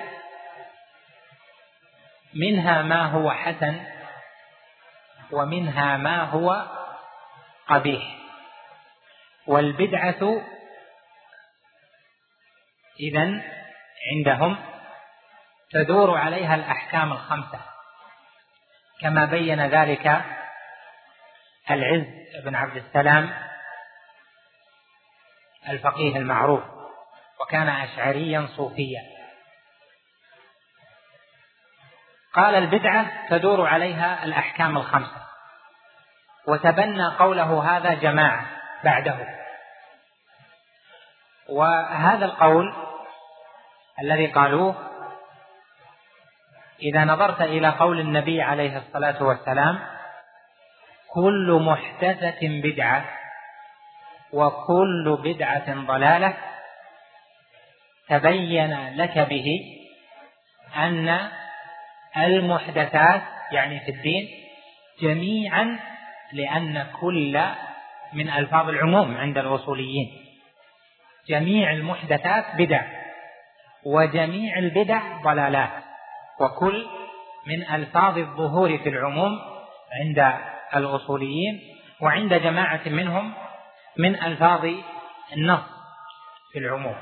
منها ما هو حسن ومنها ما هو قبيح، والبدعة إذن عندهم تدور عليها الأحكام الخمسة، كما بين ذلك العز بن عبد السلام الفقيه المعروف، وكان أشعريا صوفيا. قال البدعة تدور عليها الأحكام الخمسة، وتبنى قوله هذا جماعة بعده. وهذا القول الذي قالوه إذا نظرت إلى قول النبي عليه الصلاة والسلام كل محدثة بدعة وكل بدعة ضلالة، تبين لك به أن المحدثات يعني في الدين جميعا، لأن كل من ألفاظ العموم عند الأصوليين، جميع المحدثات بدع وجميع البدع ضلالات، وكل من ألفاظ الظهور في العموم عند الأصوليين، وعند جماعة منهم من ألفاظ النص في العموم.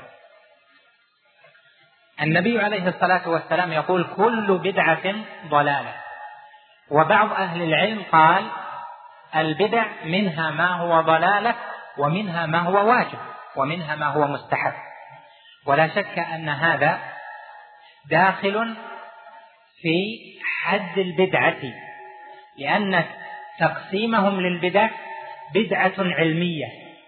النبي عليه الصلاة والسلام يقول كل بدعة ضلالة، وبعض أهل العلم قال البدع منها ما هو ضلالة ومنها ما هو واجب ومنها ما هو مستحب. ولا شك أن هذا داخل في حد البدعة، لأن تقسيمهم للبدع بدعة علمية.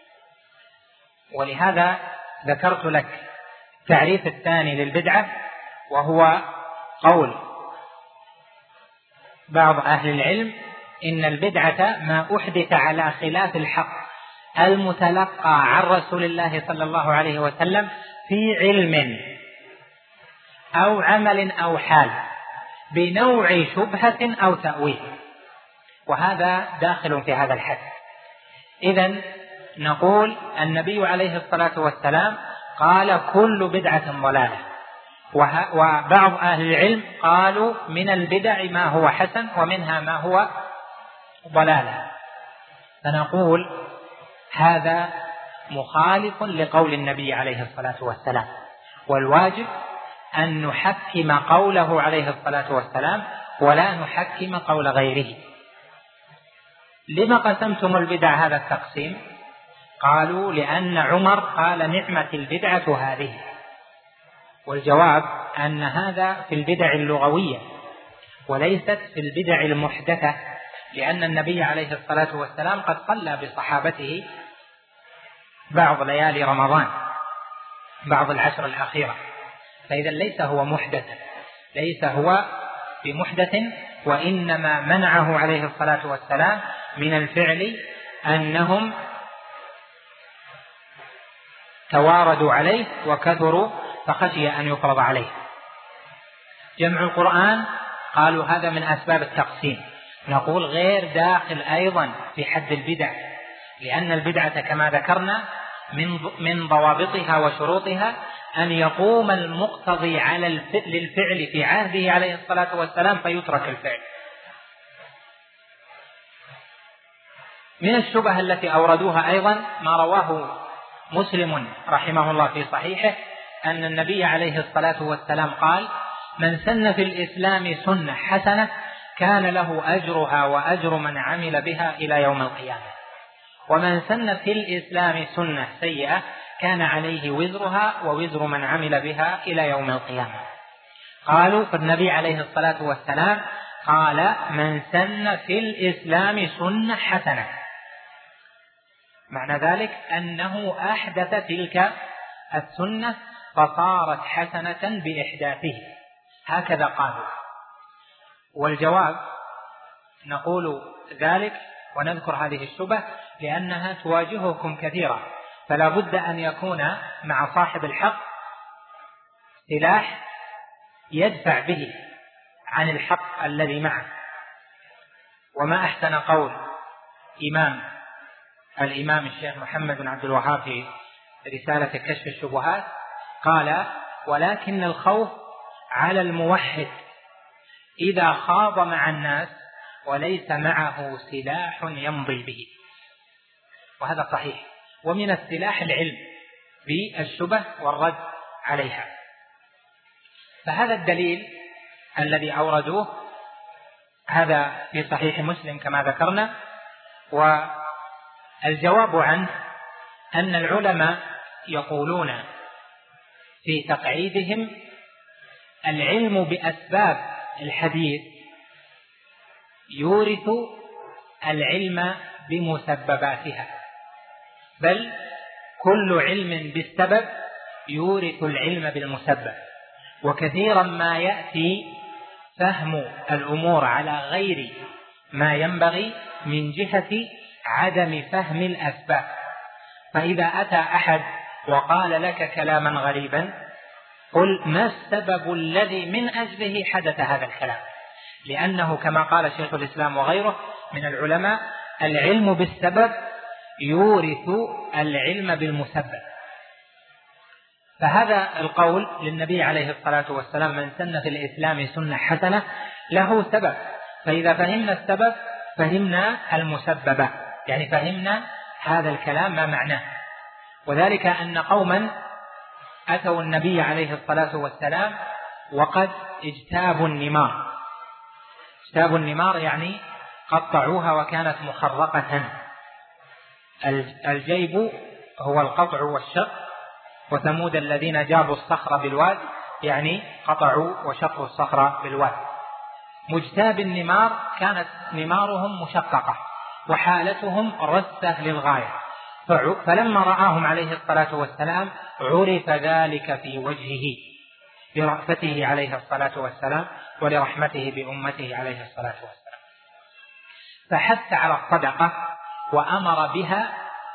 ولهذا ذكرت لك التعريف الثاني للبدعة، وهو قول بعض أهل العلم إن البدعة ما أحدث على خلاف الحق المتلقى عن رسول الله صلى الله عليه وسلم في علم أو عمل أو حال بنوع شبهة أو تأويل، وهذا داخل في هذا الحد. إذن نقول النبي عليه الصلاة والسلام قال كل بدعة ضلالة، وبعض أهل العلم قالوا من البدع ما هو حسن ومنها ما هو ضلالة، فنقول هذا مخالف لقول النبي عليه الصلاة والسلام، والواجب أن نحكم قوله عليه الصلاة والسلام ولا نحكم قول غيره. لما قسمتم البدع هذا التقسيم؟ قالوا لأن عمر قال نعمة البدعة هذه، والجواب أن هذا في البدع اللغوية وليست في البدع المحدثة، لأن النبي عليه الصلاة والسلام قد صلى بصحابته بعض ليالي رمضان، بعض العشر الأخيرة، فإذا ليس هو محدث، ليس هو بمحدث وإنما منعه عليه الصلاة والسلام من الفعل أنهم تواردوا عليه وكثروا فخشي أن يفرض عليه. جمع القرآن قالوا هذا من أسباب التقسيم، نقول غير داخل أيضا في حد البدع، لأن البدعة كما ذكرنا من ضوابطها وشروطها أن يقوم المقتضي على الفعل في عهده عليه الصلاة والسلام فيترك الفعل. من الشبه التي أوردوها أيضا ما رواه مسلم رحمه الله في صحيحه أن النبي عليه الصلاة والسلام قال: من سن في الإسلام سنة حسنة كان له أجرها وأجر من عمل بها إلى يوم القيامة، ومن سن في الإسلام سنة سيئة كان عليه وزرها ووزر من عمل بها إلى يوم القيامة. قالوا فالنبي عليه الصلاة والسلام قال: من سن في الإسلام سنة حسنة، معنى ذلك أنه أحدث تلك السنة فصارت حسنة بإحداثه، هكذا قالوا. والجواب نقول ذلك ونذكر هذه الشبه لأنها تواجهكم كثيرا، فلا بد أن يكون مع صاحب الحق سلاح يدفع به عن الحق الذي معه. وما أحسن قول إمام الإمام الشيخ محمد بن عبد الوهاب في رسالة كشف الشبهات، قال: ولكن الخوف على الموحد إذا خاض مع الناس وليس معه سلاح يمضي به. وهذا صحيح، ومن السلاح العلم بالشبه والرد عليها. فهذا الدليل الذي أوردوه هذا في صحيح مسلم كما ذكرنا، والجواب عنه أن العلماء يقولون في تقعيدهم: العلم بأسباب الحديث يورث العلم بمسبباتها، بل كل علم بالسبب يورث العلم بالمسبب. وكثيرا ما يأتي فهم الأمور على غير ما ينبغي من جهة عدم فهم الأسباب. فإذا أتى أحد وقال لك كلاما غريبا قل: ما السبب الذي من أجله حدث هذا الكلام؟ لأنه كما قال شيخ الإسلام وغيره من العلماء: العلم بالسبب يورث العلم بالمسبب. فهذا القول للنبي عليه الصلاة والسلام: من سن في الإسلام سنة حسنة، له سبب، فإذا فهمنا السبب فهمنا المسبب، يعني فهمنا هذا الكلام ما معناه. وذلك أن قوما أتوا النبي عليه الصلاة والسلام وقد اجتابوا النمار. اجتابوا النمار يعني قطعوها وكانت مخرقة. الجيب هو القطع والشق، وثمود الذين جابوا الصخر بالواد يعني قطعوا وشقوا الصخر بالواد. مجتاب النمار كانت نمارهم مشققة وحالتهم رثة للغاية، فلما رآهم عليه الصلاة والسلام عرف ذلك في وجهه لرأفته عليه الصلاة والسلام ولرحمته بأمته عليه الصلاة والسلام، فحث على الصدقة وأمر بها،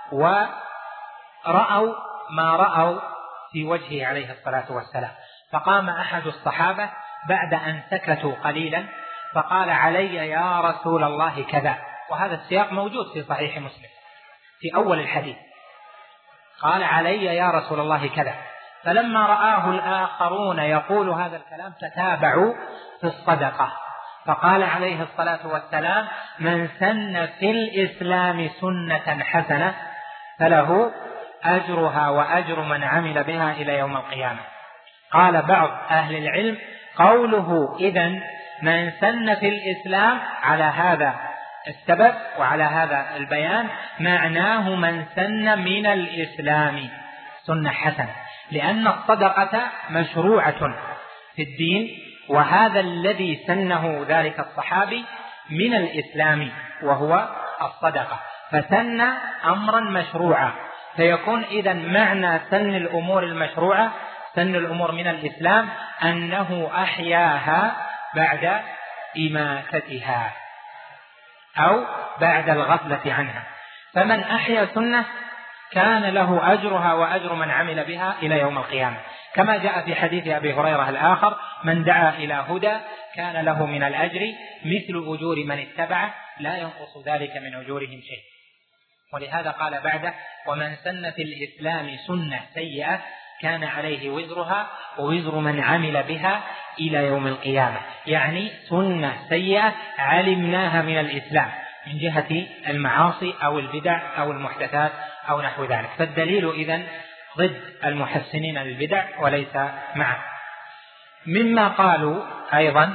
ورأوا ما رأوا في وجهه عليه الصلاة والسلام. فقام أحد الصحابة بعد أن سكتوا قليلا فقال: علي يا رسول الله كذا. وهذا السياق موجود في صحيح مسلم في أول الحديث، قال: علي يا رسول الله كذا. فلما رآه الآخرون يقول هذا الكلام تتابعوا في الصدقة، فقال عليه الصلاة والسلام: من سن في الإسلام سنة حسنة فله أجرها وأجر من عمل بها إلى يوم القيامة. قال بعض أهل العلم: قوله إذن من سن في الإسلام على هذا السبب وعلى هذا البيان معناه من سن من الإسلام سنة حسنة، لأن الصدقة مشروعة في الدين، وهذا الذي سنه ذلك الصحابي من الإسلام وهو الصدقة، فسن أمرا مشروعا، فيكون إذن معنى سن الأمور المشروعة سن الأمور من الإسلام أنه أحياها بعد إماتتها أو بعد الغفلة عنها. فمن أحيا سنة كان له أجرها وأجر من عمل بها إلى يوم القيامة، كما جاء في حديث أبي هريرة الآخر: من دعا إلى هدى كان له من الأجر مثل أجور من اتبعه لا ينقص ذلك من أجورهم شيء. ولهذا قال بعده: ومن سن في الإسلام سنة سيئة كان عليه وزرها ووزر من عمل بها إلى يوم القيامة. يعني سنة سيئة علمناها من الإسلام من جهة المعاصي أو البدع أو المحدثات أو نحو ذلك. فالدليل إذن ضد المحسنين للبدع وليس معه. مما قالوا أيضا: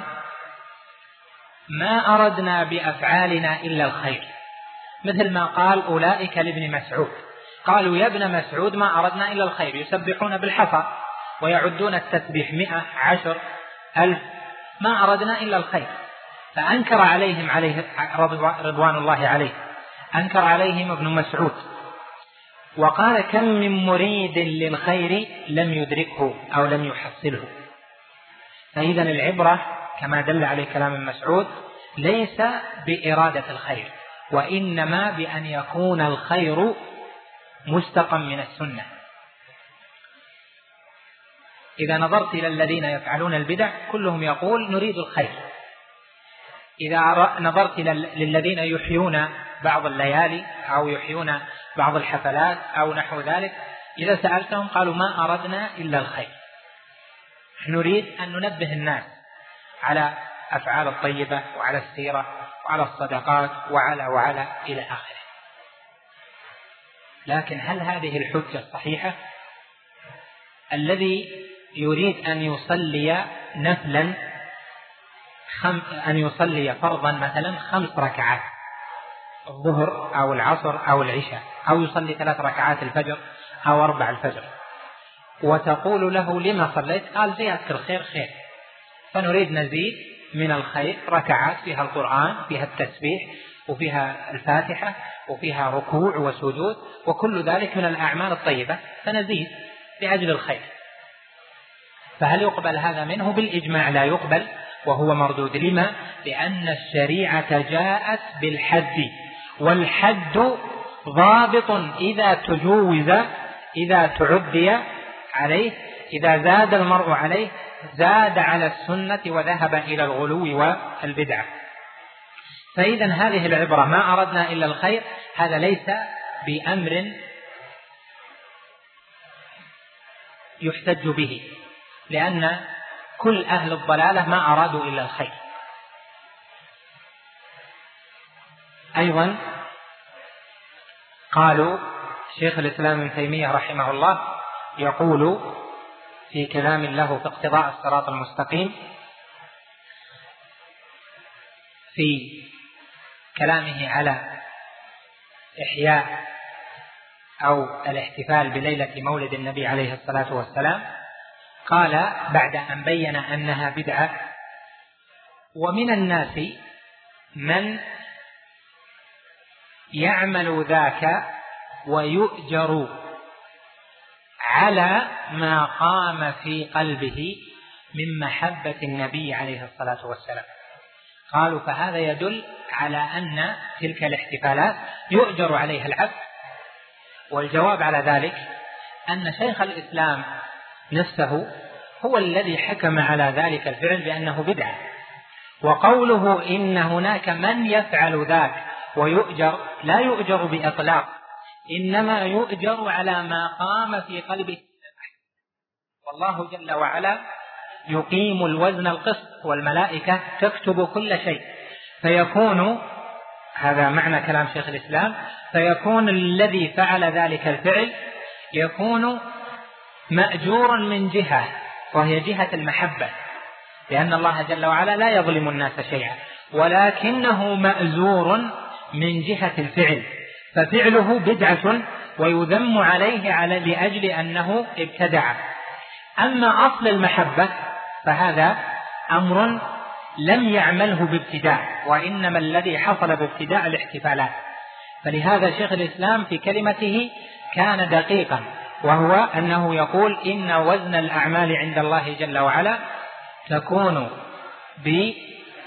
ما أردنا بأفعالنا إلا الخير، مثل ما قال أولئك لابن مسعود. قالوا: يا ابن مسعود ما أردنا إلا الخير، يسبحون بالحصى ويعدون التسبيح مئة عشر ألف، ما أردنا إلا الخير. فأنكر عليهم عليه رضوان الله عليه، أنكر عليهم ابن مسعود وقال: كم من مريد للخير لم يدركه أو لم يحصله. فإذن العبرة كما دل عليه كلام ابن مسعود ليس بإرادة الخير، وإنما بأن يكون الخير مستقا من السنة. إذا نظرت إلى الذين يفعلون البدع كلهم يقول نريد الخير. إذا نظرت للذين يحيون بعض الليالي أو يحيون بعض الحفلات أو نحو ذلك، إذا سألتهم قالوا: ما أردنا إلا الخير، نريد أن ننبه الناس على أفعال الطيبة وعلى السيرة وعلى الصدقات وعلى وعلى إلى آخره. لكن هل هذه الحجة صحيحة؟ الذي يريد أن يصلي نفلا خم... أن يصلي فرضا مثلا خمس ركعات الظهر أو العصر أو العشاء، أو يصلي ثلاث ركعات الفجر أو أربع الفجر، وتقول له: لما صليت؟ قال: زيادة الخير خير، فنريد نزيد من الخير ركعات فيها القرآن، فيها التسبيح، وفيها الفاتحة، وفيها ركوع وسجود، وكل ذلك من الأعمال الطيبة، فنزيد لأجل الخير. فهل يقبل هذا منه؟ بالإجماع لا يقبل، وهو مردود. لما؟ لأن الشريعة جاءت بالحد، والحد ضابط إذا تجوز، إذا تعدي عليه، إذا زاد المرء عليه زاد على السنة وذهب إلى الغلو والبدعة. فإذا هذه العبرة ما أردنا إلا الخير هذا ليس بأمر يحتج به، لأن كل أهل الضلالة ما أرادوا إلا الخير. أيضا قالوا شيخ الإسلام ابن تيمية رحمه الله يقول في كلام له في اقتضاء الصراط المستقيم في كلامه على إحياء أو الاحتفال بليلة مولد النبي عليه الصلاة والسلام، قال بعد أن بين أنها بدعة: ومن الناس من يعمل ذاك ويؤجر على ما قام في قلبه من محبة النبي عليه الصلاة والسلام. قالوا فهذا يدل على أن تلك الاحتفالات يؤجر عليها العبد. والجواب على ذلك أن شيخ الإسلام نفسه هو الذي حكم على ذلك الفعل بأنه بدعة، وقوله إن هناك من يفعل ذاك ويؤجر لا يؤجر بإطلاق، إنما يؤجر على ما قام في قلبه، والله جل وعلا يقيم الوزن القسط والملائكة تكتب كل شيء، فيكون هذا معنى كلام شيخ الإسلام، فيكون الذي فعل ذلك الفعل يكون مأجورا من جهة وهي جهة المحبة، لأن الله جل وعلا لا يظلم الناس شيئا، ولكنه مأزور من جهة الفعل، ففعله بدعة ويذم عليه على لأجل أنه ابتدع. أما أصل المحبة فهذا أمر لم يعمله بابتداع، وإنما الذي حصل بابتداع الاحتفالات. فلهذا شيخ الإسلام في كلمته كان دقيقا، وهو أنه يقول إن وزن الأعمال عند الله جل وعلا تكون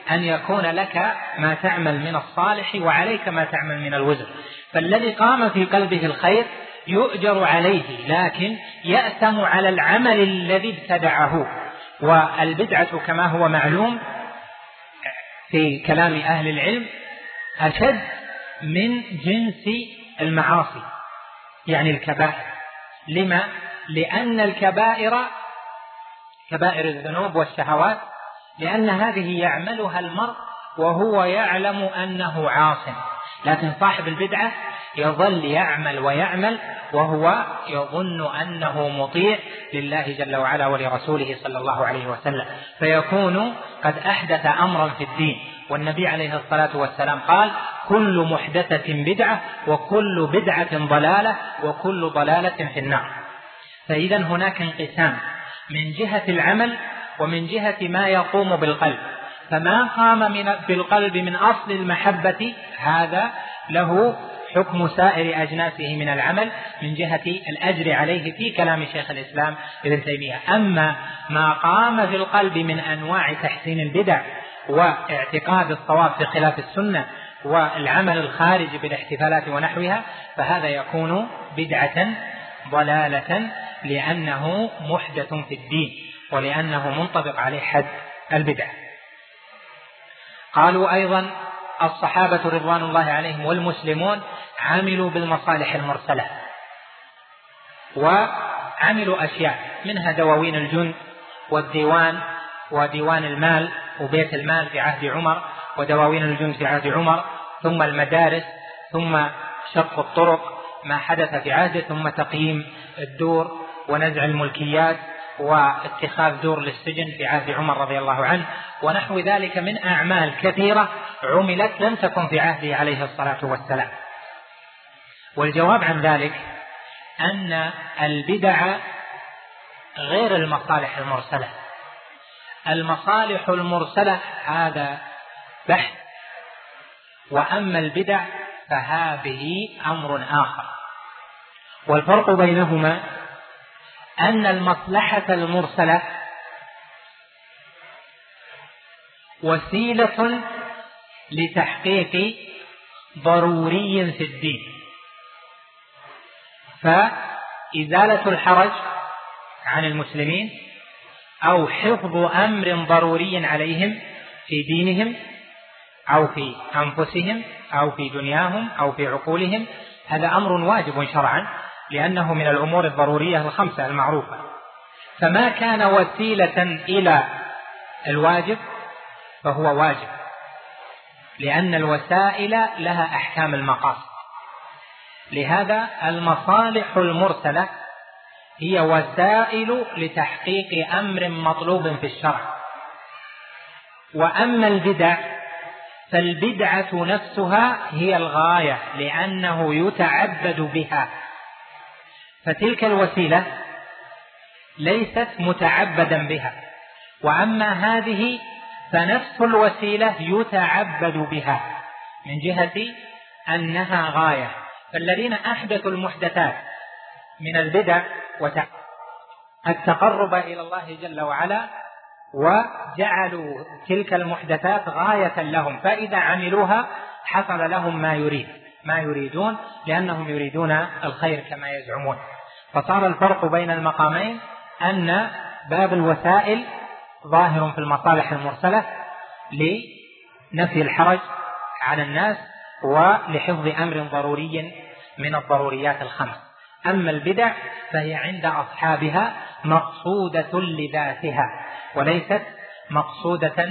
أن يكون لك ما تعمل من الصالح وعليك ما تعمل من الوزر. فالذي قام في قلبه الخير يؤجر عليه، لكن يأثم على العمل الذي ابتدعه. والبدعة كما هو معلوم في كلام أهل العلم أشد من جنس المعاصي، يعني الكبائر. لما؟ لأن الكبائر كبائر الذنوب والشهوات لأن هذه يعملها المرء وهو يعلم أنه عاص، لكن صاحب البدعة يظل يعمل ويعمل وهو يظن أنه مطيع لله جل وعلا ولرسوله صلى الله عليه وسلم، فيكون قد أحدث أمرا في الدين. والنبي عليه الصلاة والسلام قال: كل محدثة بدعة وكل بدعة ضلالة وكل ضلالة في النار. فإذا هناك انقسام من جهة العمل ومن جهة ما يقوم بالقلب. فما قام من بالقلب من أصل المحبة هذا له حكم سائر أجناسه من العمل من جهة الأجر عليه في كلام شيخ الإسلام ابن تيمية. أما ما قام في القلب من أنواع تحسين البدع واعتقاد الصواب في خلاف السنة والعمل الخارج بالاحتفالات ونحوها، فهذا يكون بدعة ضلالة لأنه محدث في الدين ولأنه منطبق عليه حد البدع. قالوا أيضا الصحابة رضوان الله عليهم والمسلمون عملوا بالمصالح المرسلة وعملوا أشياء منها دواوين الجند والديوان وديوان المال وبيت المال في عهد عمر ودواوين الجند في عهد عمر، ثم المدارس، ثم شق الطرق ما حدث في عهده، ثم تقييم الدور ونزع الملكيات واتخاذ دور للسجن في عهد عمر رضي الله عنه، ونحو ذلك من أعمال كثيرة عملت لم تكن في عهده عليه الصلاة والسلام. والجواب عن ذلك أن البدع غير المصالح المرسلة. المصالح المرسلة هذا بحث، وأما البدع فهذه أمر آخر. والفرق بينهما أن المصلحة المرسلة وسيلة لتحقيق ضروري في الدين، فإزالة الحرج عن المسلمين أو حفظ أمر ضروري عليهم في دينهم أو في أنفسهم أو في دنياهم أو في عقولهم، هذا أمر واجب شرعا لأنه من الأمور الضرورية الخمسة المعروفة. فما كان وسيلة إلى الواجب فهو واجب، لأن الوسائل لها أحكام المقاصد. لهذا المصالح المرسلة هي وسائل لتحقيق أمر مطلوب في الشرع. وأما البدع فالبدعة نفسها هي الغاية لأنه يتعبد بها، فتلك الوسيلة ليست متعبدا بها، وأما هذه فنفس الوسيلة يتعبد بها من جهة أنها غاية. فالذين أحدثوا المحدثات من البدع والتقرب إلى الله جل وعلا وجعلوا تلك المحدثات غاية لهم، فإذا عملوها حصل لهم ما يريد ما يريدون لأنهم يريدون الخير كما يزعمون. فصار الفرق بين المقامين أن باب الوسائل ظاهر في المصالح المرسلة لنفي الحرج على الناس ولحفظ أمر ضروري من الضروريات الخمس. أما البدع فهي عند أصحابها مقصودة لذاتها وليست مقصودة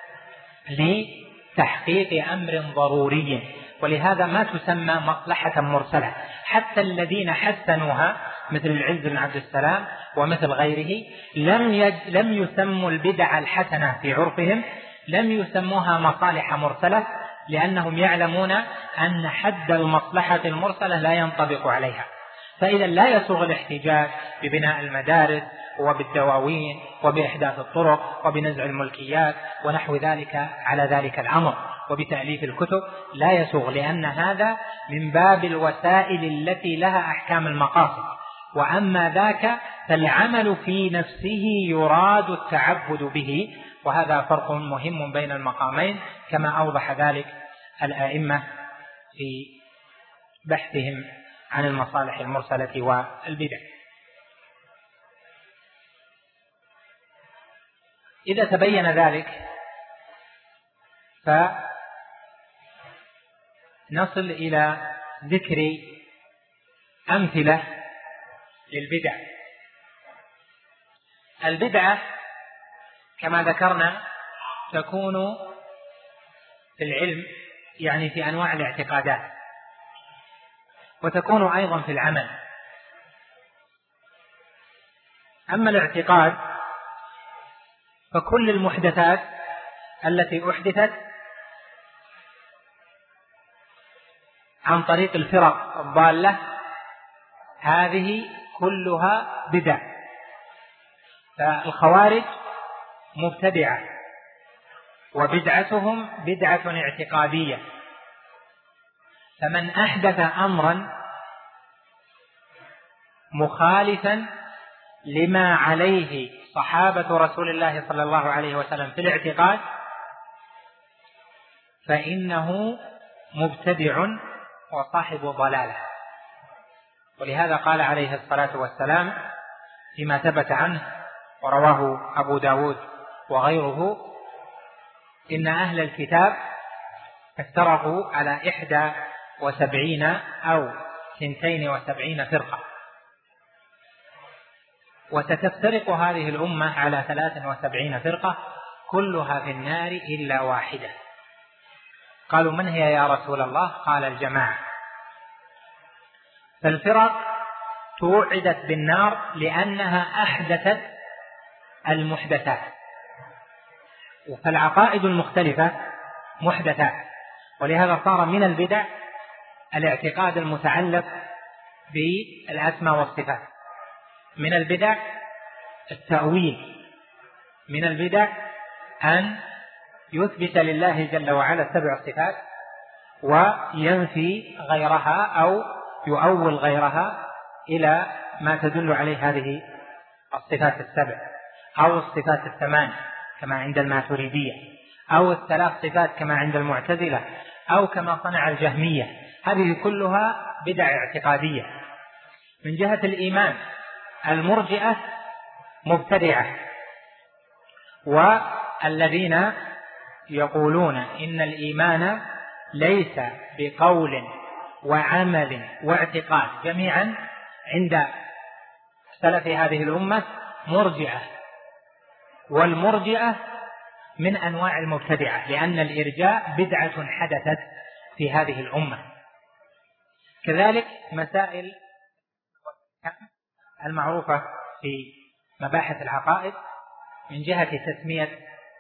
لتحقيق أمر ضروري، ولهذا ما تسمى مصلحة مرسلة. حتى الذين حسنوها مثل العز بن عبد السلام ومثل غيره لم, يج... لم يسموا البدع الحسنة في عرفهم، لم يسموها مصالح مرسلة، لأنهم يعلمون أن حد المصلحة المرسلة لا ينطبق عليها. فإذا لا يسوغ الاحتجاج ببناء المدارس وبالدواوين وبإحداث الطرق وبنزع الملكيات ونحو ذلك على ذلك الأمر وبتأليف الكتب، لا يسوغ، لأن هذا من باب الوسائل التي لها أحكام المقاصد. وأما ذاك فالعمل في نفسه يراد التعبد به. وهذا فرق مهم بين المقامين كما أوضح ذلك الأئمة في بحثهم عن المصالح المرسلة والبدع. إذا تبين ذلك فنصل إلى ذكر أمثلة للبدع. البدعة كما ذكرنا تكون في العلم يعني في أنواع الاعتقادات، وتكون أيضا في العمل. أما الاعتقاد فكل المحدثات التي أحدثت عن طريق الفرق الضالة هذه كلها بدع. فالخوارج مبتدعة وبدعتهم بدعة اعتقادية، فمن أحدث أمرا مخالفا لما عليه صحابة رسول الله صلى الله عليه وسلم في الاعتقاد فإنه مبتدع وصاحب ضلالة. ولهذا قال عليه الصلاة والسلام فيما ثبت عنه ورواه أبو داود وغيره: إن أهل الكتاب افترقوا على إحدى وسبعين أو ثنتين وسبعين فرقة، وستفترق هذه الأمة على ثلاث وسبعين فرقة كلها في النار إلا واحدة. قالوا: من هي يا رسول الله؟ قال: الجماعة. فالفرق توعدت بالنار لأنها أحدثت المحدثات، فالعقائد المختلفة محدثات. ولهذا صار من البدع الاعتقاد المتعلق بالأسماء والصفات، من البدع التأويل، من البدع أن يثبت لله جل وعلا سبع صفات وينفي غيرها أو يؤول غيرها إلى ما تدل عليه هذه الصفات السبع، أو الصفات الثمان كما عند الماتريدية، أو الثلاث صفات كما عند المعتزلة، أو كما صنع الجهمية. هذه كلها بدع اعتقادية. من جهة الإيمان المرجئة مبتدعة، والذين يقولون إن الإيمان ليس بقول وعمل واعتقاد جميعا عند سلف هذه الأمة مرجئة. والمرجئة من أنواع المبتدعة، لأن الإرجاء بدعة حدثت في هذه الأمة. كذلك مسائل المعروفة في مباحث العقائد من جهة تسمية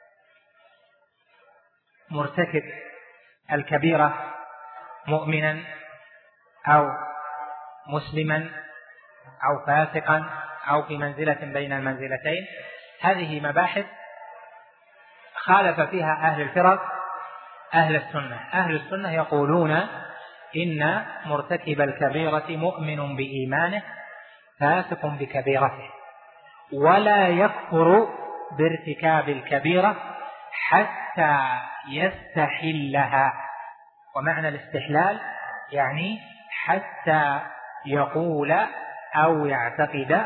مرتكب الكبيرة مؤمنا أو مسلما أو فاسقا أو في منزلة بين المنزلتين، هذه مباحث خالف فيها أهل الفرق أهل السنة. أهل السنة يقولون إن مرتكب الكبيرة مؤمن بإيمانه فاسق بكبيرته، ولا يكفر بارتكاب الكبيرة حتى يستحلها. ومعنى الاستحلال يعني حتى يقول أو يعتقد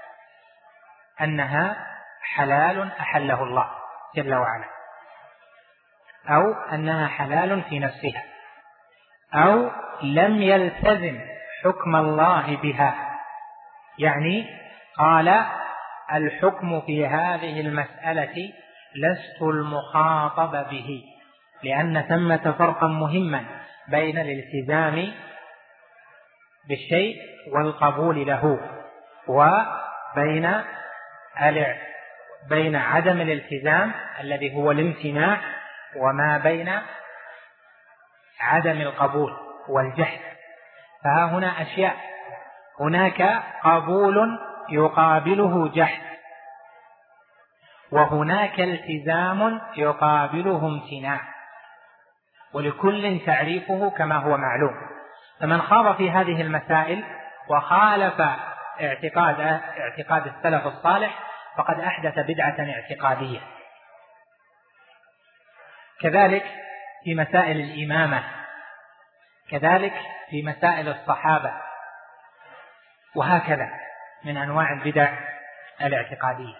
أنها حلال أحله الله جل وعلا، أو أنها حلال في نفسها، أو لم يلتزم حكم الله بها. يعني قال: الحكم في هذه المسألة لست المخاطب به، لأن ثمة فرقا مهما بين الالتزام بالشيء والقبول له، وبين بين عدم الالتزام الذي هو الامتناع، وما بين عدم القبول والجحد. فها هنا أشياء: هناك قبول يقابله جحد، وهناك التزام يقابله امتناع، ولكل تعريفه كما هو معلوم. فمن خاض في هذه المسائل وخالف اعتقاد اعتقاد السلف الصالح فقد أحدث بدعة اعتقادية. كذلك في مسائل الإمامة، كذلك في مسائل الصحابة، وهكذا من أنواع البدع الاعتقادية.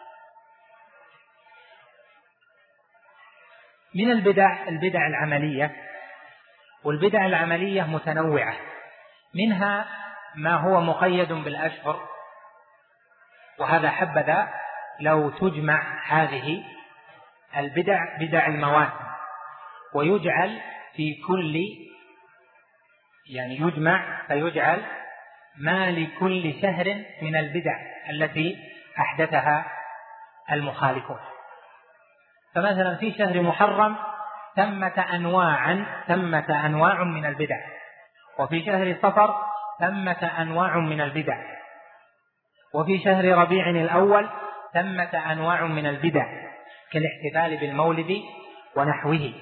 من البدع البدع العملية، والبدع العملية متنوعة، منها ما هو مقيد بالأشهر، وهذا حبذا لو تجمع هذه البدع بدع المواسم، ويجعل في كل يعني يجمع فيجعل ما لكل شهر من البدع التي أحدثها المخالفون. فمثلا في شهر محرم ثمة أنواعا ثمة أنواع من البدع، وفي شهر صفر ثمة أنواع من البدع، وفي شهر ربيع الأول ثمة أنواع من البدع كالاحتفال بالمولد ونحوه،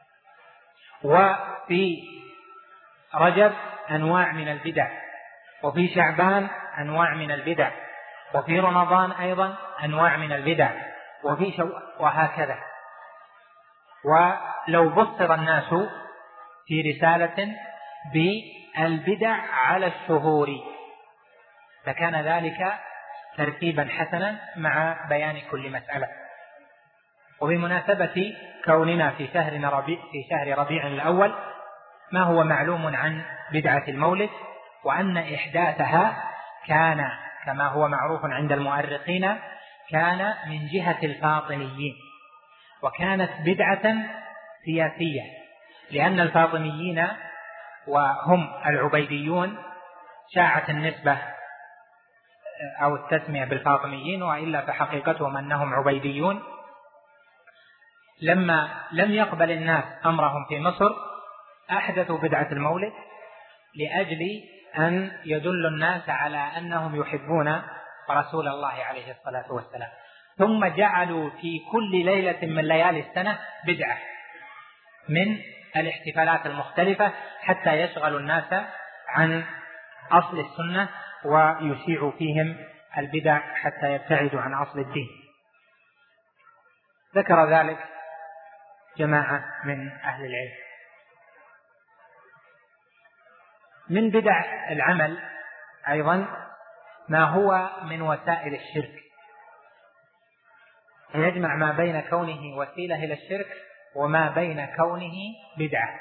وفي رجب أنواع من البدع، وفي شعبان أنواع من البدع، وفي رمضان أيضا أنواع من البدع، وفي شو... وهكذا. ولو بصر الناس في رسالة بالبدع على الشهور لكان ذلك ترتيبا حسنا مع بيان كل مسألة. وبمناسبة كوننا في شهر ربيع في شهر ربيع الأول، ما هو معلوم عن بدعة المولد وأن إحداثها كان كما هو معروف عند المؤرخين كان من جهة الفاطميين، وكانت بدعة سياسية، لأن الفاطميين وهم العبيديون شاعت النسبة أو التسمية بالفاطميين، وإلا فحقيقتهم أنهم عبيديون. لما لم يقبل الناس أمرهم في مصر أحدثوا بدعة المولد لأجل أن يدل الناس على أنهم يحبون رسول الله عليه الصلاة والسلام، ثم جعلوا في كل ليلة من ليالي السنة بدعة من الاحتفالات المختلفة حتى يشغلوا الناس عن أصل السنة ويشيعوا فيهم البدع حتى يبتعدوا عن أصل الدين. ذكر ذلك جماعة من أهل العلم. من بدع العمل أيضا ما هو من وسائل الشرك، يجمع ما بين كونه وسيلة إلى الشرك وما بين كونه بدعة.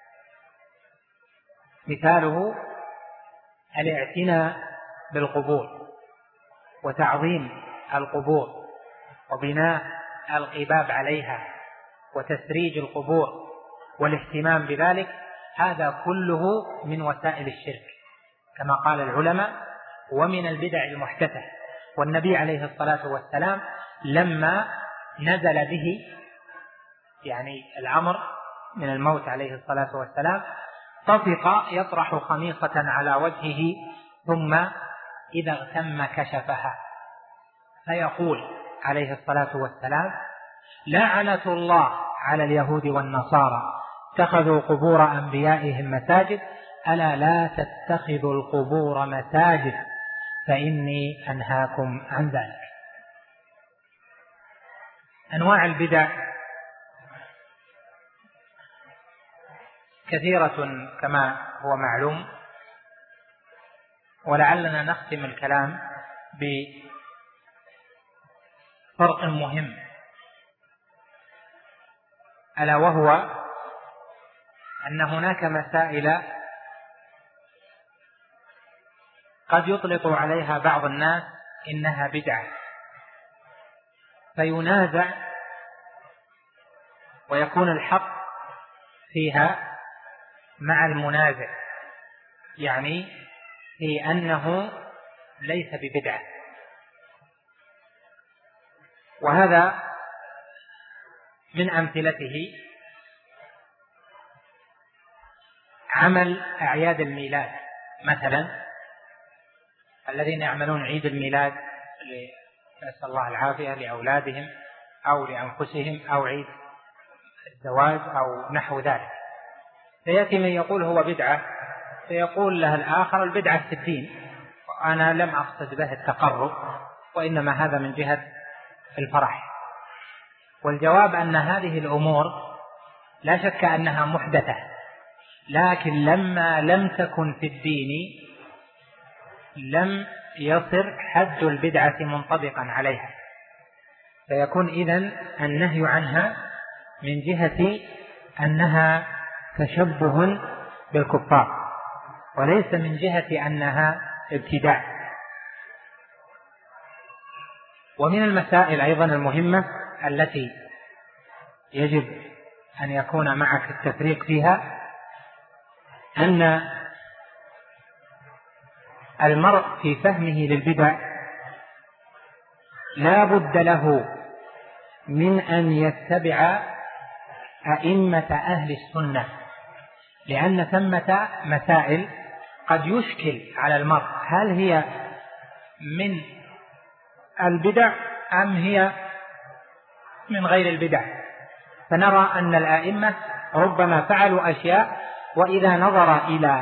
مثاله الاعتناء بالقبور وتعظيم القبور وبناء القباب عليها وتسريج القبور والاهتمام بذلك، هذا كله من وسائل الشرك كما قال العلماء، ومن البدع المحدثة. والنبي عليه الصلاة والسلام لما نزل به يعني الأمر من الموت عليه الصلاة والسلام طفق يطرح خميصة على وجهه ثم إذا اغتم كشفها، فيقول عليه الصلاة والسلام: لعنة الله على اليهود والنصارى اتخذوا قبور أنبيائهم مساجد، ألا لا تتخذوا القبور مساجد فإني أنهاكم عن ذلك. أنواع البدع كثيرة كما هو معلوم، ولعلنا نختم الكلام بفرق مهم، ألا وهو أن هناك مسائل قد يطلق عليها بعض الناس إنها بدعة فينازع ويكون الحق فيها مع المنازع، يعني في أنه ليس ببدعة. وهذا من أمثلته عمل أعياد الميلاد مثلا، الذين يعملون عيد الميلاد نسأل الله العافية لأولادهم أو لأنفسهم أو عيد الزواج أو نحو ذلك، فيأتي من يقول هو بدعة، فيقول له الآخر البدعة في الدين، وأنا لم أقصد به التقرب، وإنما هذا من جهة الفرح. والجواب أن هذه الأمور لا شك أنها محدثة، لكن لما لم تكن في الدين لم يصر حد البدعة منطبقا عليها، فيكون إذن النهي عنها من جهة أنها تشبه بالكفار، وليس من جهة أنها ابتداع. ومن المسائل أيضا المهمة التي يجب أن يكون معك التفريق فيها أن المرء في فهمه للبدع لا بد له من أن يتبع أئمة أهل السنة، لأن ثمة مسائل قد يشكل على المرء هل هي من البدع أم هي من غير البدع. فنرى أن الآئمة ربما فعلوا أشياء وإذا نظر إلى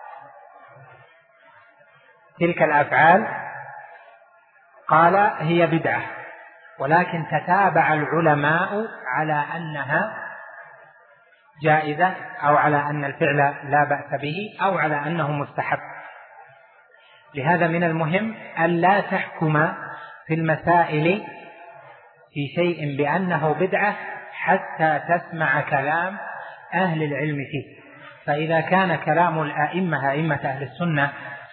تلك الأفعال قال هي بدعة، ولكن تتابع العلماء على أنها جائزة أو على أن الفعل لا بأس به أو على أنه مستحب. لهذا من المهم أن لا تحكم في المسائل في شيء بأنه بدعة حتى تسمع كلام أهل العلم فيه. فإذا كان كلام الآئمة أئمة أهل السنة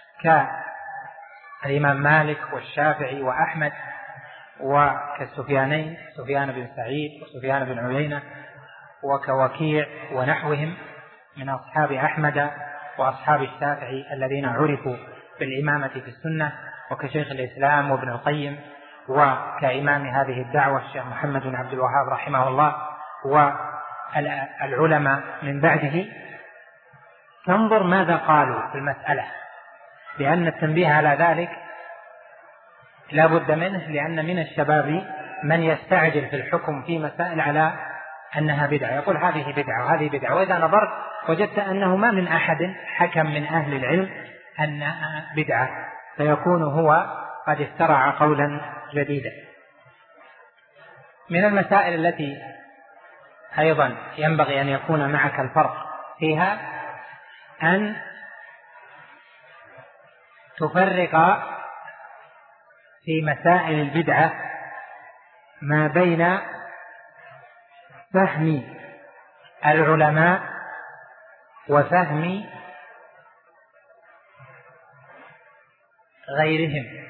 كالإمام مالك والشافعي وأحمد وكالسفيانين سفيان بن سعيد وسفيان بن عيينة وكوكيع ونحوهم من أصحاب أحمد وأصحاب الشافعي الذين عرفوا بالإمامة في السنة، وكشيخ الإسلام وابن القيم، وكإمام هذه الدعوة الشيخ محمد بن عبد الوهاب رحمه الله والعلماء من بعده، تنظر ماذا قالوا في المسألة، لأن التنبيه على ذلك لا بد منه، لأن من الشباب من يستعجل في الحكم في مسائل على أنها بدعة، يقول هذه بدعة وهذه بدعة، وإذا نظرت وجدت أنه ما من أحد حكم من أهل العلم أنها بدعة، فيكون هو قد اخترع قولا جديدا. من المسائل التي أيضا ينبغي أن يكون معك الفرق فيها أن تفرق في مسائل البدعة ما بين فهم العلماء وفهم غيرهم،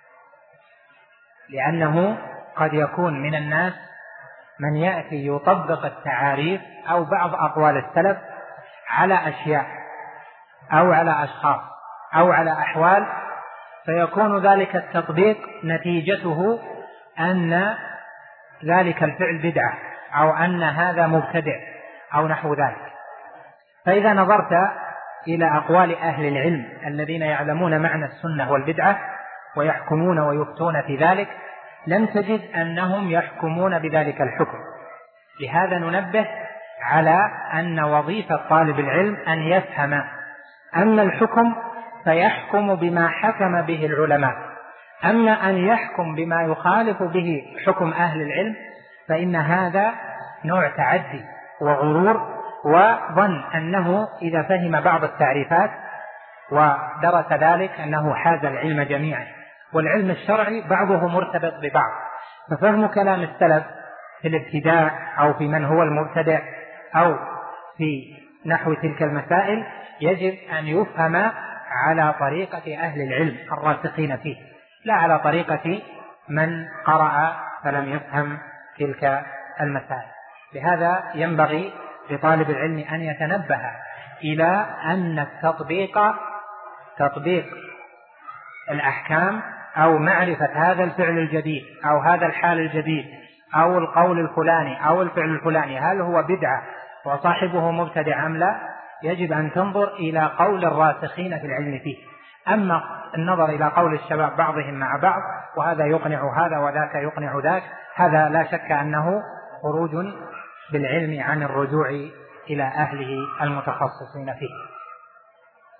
لأنه قد يكون من الناس من يأتي يطبق التعاريف أو بعض أقوال السلف على أشياء أو على أشخاص أو على أحوال، فيكون ذلك التطبيق نتيجته أن ذلك الفعل بدعة أو أن هذا مبتدع أو نحو ذلك. فإذا نظرت إلى أقوال أهل العلم الذين يعلمون معنى السنة والبدعة ويحكمون ويفتون في ذلك لم تجد أنهم يحكمون بذلك الحكم. لهذا ننبه على أن وظيفة طالب العلم أن يفهم أن الحكم فيحكم بما حكم به العلماء، أما أن يحكم بما يخالف به حكم أهل العلم فإن هذا نوع تعدي وغرور، وظن أنه إذا فهم بعض التعريفات ودرس ذلك أنه حاز العلم جميعا، والعلم الشرعي بعضه مرتبط ببعض. ففهم كلام السلف في الابتداع أو في من هو المبتدع أو في نحو تلك المسائل يجب أن يفهم على طريقة أهل العلم الراسخين فيه، لا على طريقة من قرأ فلم يفهم تلك المسائل. لهذا ينبغي لطالب العلم أن يتنبه إلى أن التطبيق تطبيق الأحكام أو معرفة هذا الفعل الجديد أو هذا الحال الجديد أو القول الفلاني أو الفعل الفلاني هل هو بدعة وصاحبه مبتدع أم لا، يجب أن تنظر إلى قول الراسخين في العلم فيه. أما النظر إلى قول الشباب بعضهم مع بعض وهذا يقنع هذا وذاك يقنع ذاك، هذا لا شك أنه خروج بالعلم عن الرجوع إلى أهله المتخصصين فيه.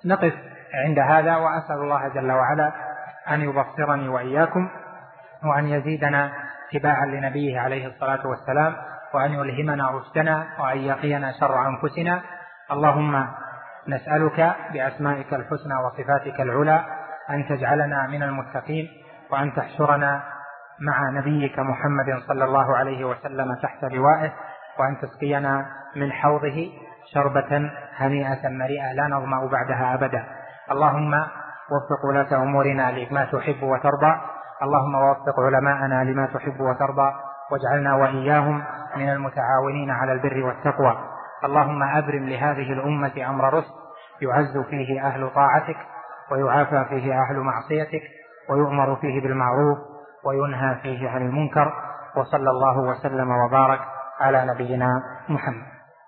نقف عند هذا، وأسأل الله جل وعلا أن يبصرني وإياكم، وأن يزيدنا اتباعا لنبيه عليه الصلاة والسلام، وأن يلهمنا رشدنا، وأن يقينا شر أنفسنا. اللهم نسألك بأسمائك الحسنى وصفاتك العلى أن تجعلنا من المتقين، وأن تحشرنا مع نبيك محمد صلى الله عليه وسلم تحت لوائه، وأن تسقينا من حوضه شربة هنيئة مريئة لا نظمأ بعدها أبدا. اللهم وفق ولاة أمورنا لما تحب وترضى، اللهم وفق علماءنا لما تحب وترضى، واجعلنا وإياهم من المتعاونين على البر والتقوى. اللهم أبرم لهذه الأمة أمر رشد يعز فيه أهل طاعتك، ويعافى فيه أهل معصيتك، ويؤمر فيه بالمعروف وينهى فيه عن المنكر. وصلى الله وسلم وبارك على نبينا محمد.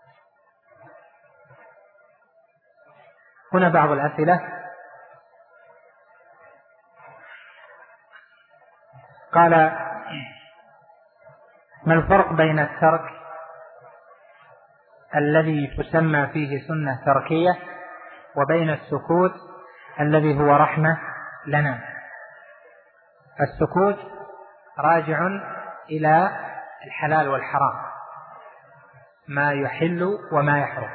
هنا بعض الأسئلة. قال: ما الفرق بين الترك الذي تسمى فيه سنة تركية وبين السكوت الذي هو رحمة لنا؟ السكوت راجع إلى الحلال والحرام، ما يحل وما يحرم،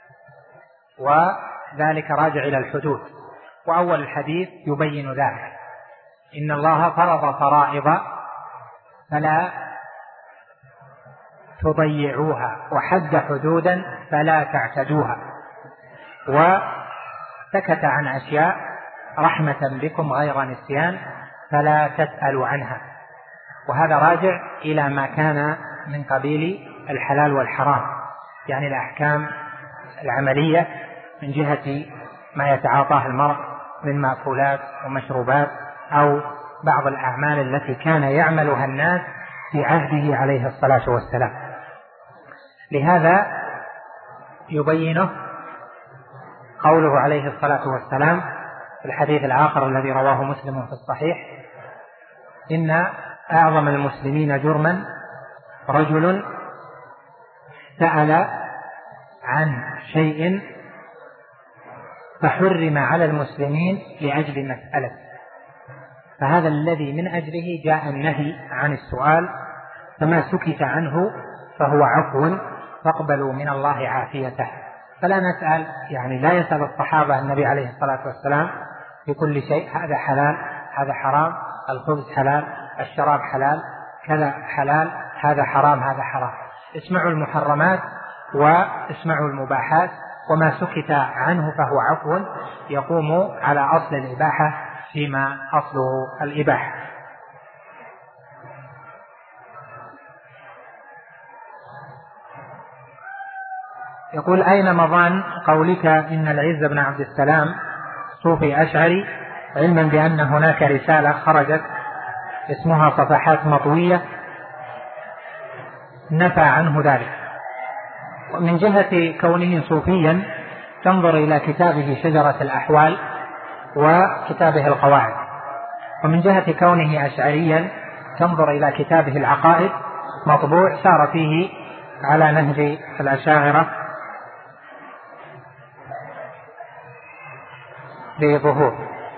وذلك راجع إلى الحدود. وأول الحديث يبين ذلك: إن الله فرض فرائض فلا تضيعوها، وحد حدودا فلا تعتدوها، وسكت عن أشياء رحمة بكم غير نسيان فلا تسألوا عنها. وهذا راجع إلى ما كان من قبيل الحلال والحرام، يعني الأحكام العملية من جهة ما يتعاطاه المرء من مأكولات ومشروبات، أو بعض الأعمال التي كان يعملها الناس في عهده عليه الصلاة والسلام. لهذا يبينه قوله عليه الصلاة والسلام في الحديث الآخر الذي رواه مسلم في الصحيح: إن أعظم المسلمين جرما رجل سأل عن شيء فحرم على المسلمين لأجل مسألة، فهذا الذي من أجله جاء النهي عن السؤال، فما سكت عنه فهو عفو، فاقبلوا من الله عافيته. فلا نسأل، يعني لا يسأل الصحابة النبي عليه الصلاة والسلام في كل شيء: هذا حلال، هذا حرام، الخبز حلال، الشراب حلال، كذا حلال، هذا حرام، هذا حرام. اسمعوا المحرمات واسمعوا المباحات، وما سكت عنه فهو عفو يقوم على أصل الإباحة فيما أصله الإباحة. يقول: أين مضان قولك إن العز بن عبد السلام صوفي أشعري، علما بأن هناك رسالة خرجت اسمها صفحات مطوية نفى عنه ذلك؟ ومن جهة كونه صوفيا تنظر إلى كتابه شجرة الأحوال وكتابه القواعد، ومن جهة كونه أشعريا تنظر إلى كتابه العقائد مطبوع سار فيه على نهج الأشاعرة بظهور.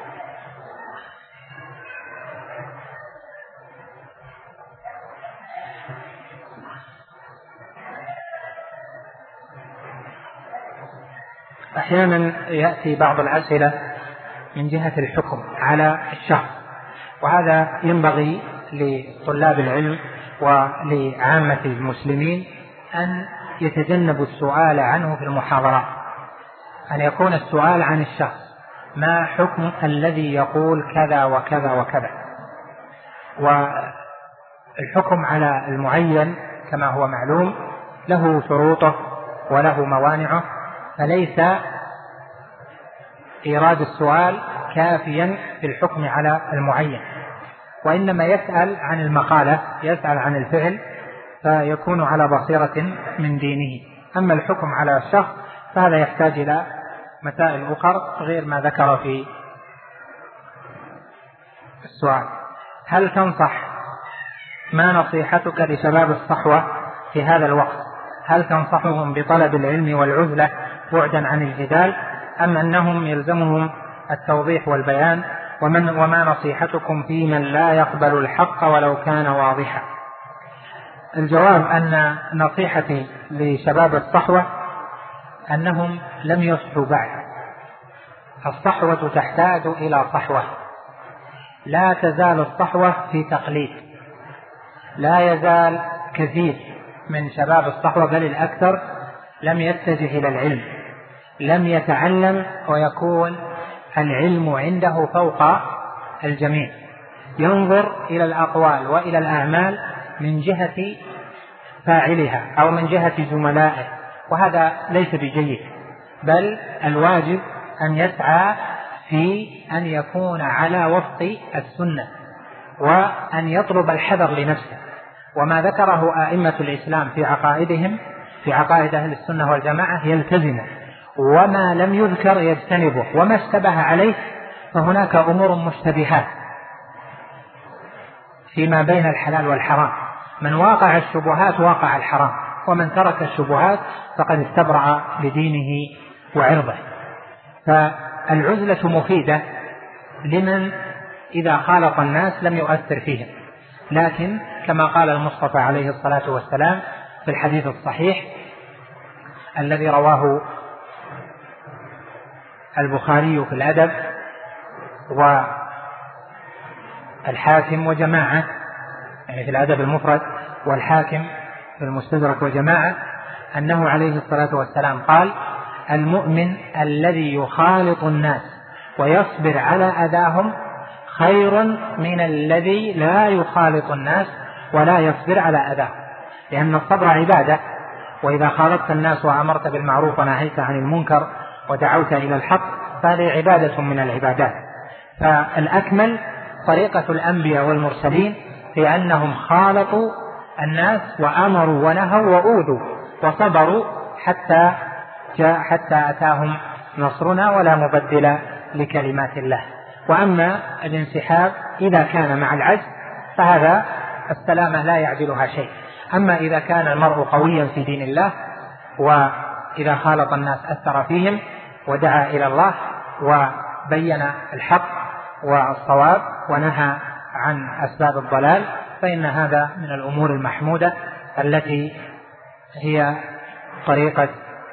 أحيانا يأتي بعض الأسئلة من جهة الحكم على الشخص، وهذا ينبغي لطلاب العلم ولعامة المسلمين أن يتجنبوا السؤال عنه في المحاضرات، أن يكون السؤال عن الشخص: ما حكم الذي يقول كذا وكذا وكذا. والحكم على المعين كما هو معلوم له شروطه وله موانعه، فليس إيراد السؤال كافيا في الحكم على المعين، وإنما يسأل عن المقالة، يسأل عن الفعل، فيكون على بصيرة من دينه. أما الحكم على الشخص فهذا يحتاج إلى مسائل أخرى غير ما ذكر في السؤال. هل تنصح، ما نصيحتك لشباب الصحوة في هذا الوقت؟ هل تنصحهم بطلب العلم والعزلة بعدا عن الجدال، أم أنهم يلزمهم التوضيح والبيان؟ ومن وما نصيحتكم في من لا يقبل الحق ولو كان واضحا؟ الجواب أن نصيحتي لشباب الصحوة أنهم لم يصحوا بعد. الصحوة تحتاج إلى صحوة، لا تزال الصحوة في تقليد، لا يزال كثير من شباب الصحوة بل الأكثر لم يتجه إلى العلم، لم يتعلم ويكون العلم عنده فوق الجميع، ينظر إلى الأقوال وإلى الأعمال من جهة فاعلها أو من جهة زملائه، وهذا ليس بجيد، بل الواجب أن يسعى في أن يكون على وفق السنة وأن يطلب الحذر لنفسه. وما ذكره أئمة الإسلام في عقائدهم في عقائد أهل السنة والجماعة يلتزمه، وما لم يذكر يجتنبه، وما اشتبه عليه فهناك أمور مشتبهات فيما بين الحلال والحرام. من واقع الشبهات واقع الحرام، ومن ترك الشبهات فقد استبرأ لدينه وعرضه. فالعزلة مفيدة لمن إذا خالط الناس لم يؤثر فيهم، لكن كما قال المصطفى عليه الصلاة والسلام في الحديث الصحيح الذي رواه البخاري في الأدب والحاكم وجماعة، يعني في الأدب المفرد، والحاكم في المستدرك وجماعة، أنه عليه الصلاة والسلام قال: المؤمن الذي يخالط الناس ويصبر على أذاهم خير من الذي لا يخالط الناس ولا يصبر على أذاهم، لأن الصبر عبادة، وإذا خالطت الناس وأمرت بالمعروف ونهيت عن المنكر ودعوت إلى الحق فهذه عبادة من العبادات. فالأكمل طريقة الأنبياء والمرسلين في أنهم خالطوا الناس وأمروا ونهوا وأوذوا وصبروا حتى جاء حتى أتاهم نصرنا ولا مبدل لكلمات الله. وأما الانسحاب إذا كان مع العجز فهذا السلامة لا يعدلها شيء. أما إذا كان المرء قويا في دين الله وإذا خالط الناس أثر فيهم ودعا إلى الله وبين الحق والصواب ونهى عن أسباب الضلال فإن هذا من الأمور المحمودة التي هي طريقة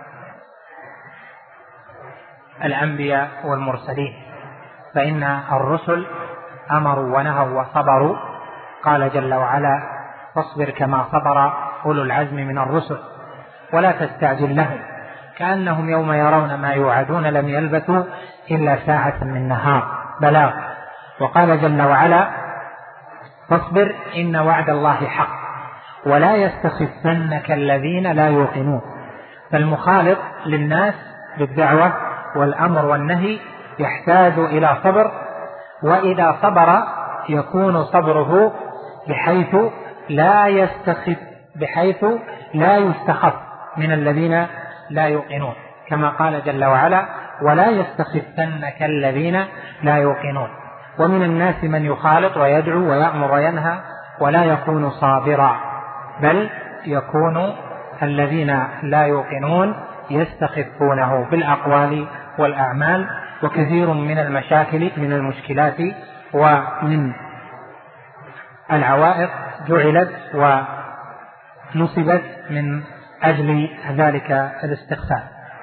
الأنبياء والمرسلين. فإن الرسل أمروا ونهوا وصبروا، قال جل وعلا: فاصبر كما صبر أولو العزم من الرسل ولا تستعجل لهم كأنهم يوم يرون ما يوعدون لم يلبثوا إلا ساعة من نهار بلاغ. وقال جل وعلا: فاصبر إن وعد الله حق ولا يستخفنك الذين لا يوقنون. فالمخالط للناس بالدعوة والأمر والنهي يحتاج إلى صبر، وإذا صبر يكون صبره بحيث لا يستخف بحيث لا يستخف من الذين لا يوقنون، كما قال جل وعلا: ولا يستخفنك الذين لا يوقنون. ومن الناس من يخالط ويدعو ويأمر وينهى ولا يكون صابرا، بل يكون الذين لا يوقنون يستخفونه بالأقوال والأعمال. وكثير من المشاكل من المشكلات ومن العوائق جعلت ونصبت من أجل ذلك الاستخفاف.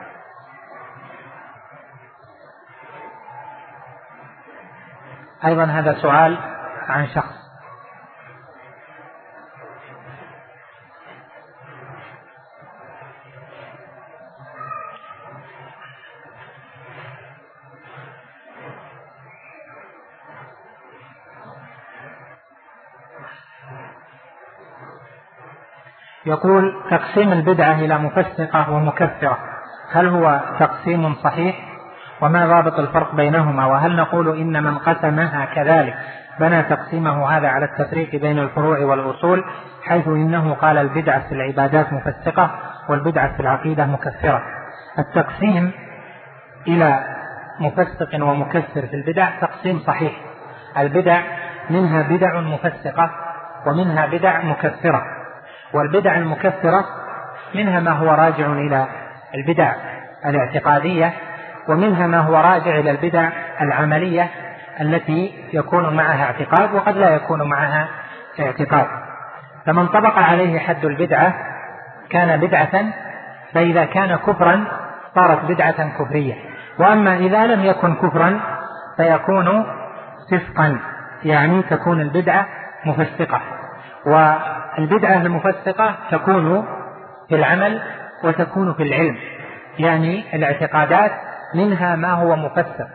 أيضا هذا سؤال عن شخص يقول: تقسيم البدعة إلى مفسقة ومكفرة هل هو تقسيم صحيح؟ وما ضابط الفرق بينهما؟ وهل نقول إن من قسمها كذلك بنى تقسيمه هذا على التفريق بين الفروع والأصول، حيث إنه قال البدعة في العبادات مفسقة والبدعة في العقيدة مكفرة؟ التقسيم إلى مفسق ومكفر في البدع تقسيم صحيح. البدع منها بدع مفسقة ومنها بدع مكفرة، والبدع المكفرة منها ما هو راجع إلى البدع الاعتقادية ومنها ما هو راجع إلى البدع العملية التي يكون معها اعتقاد وقد لا يكون معها اعتقاد. فمن طبق عليه حد البدعة كان بدعة، فإذا كان كفرا صارت بدعة كفرية، وأما إذا لم يكن كفرا فيكون فسقا، يعني تكون البدعة مفسقة. والبدعة المفسقة تكون في العمل وتكون في العلم، يعني الاعتقادات منها ما هو مفسق،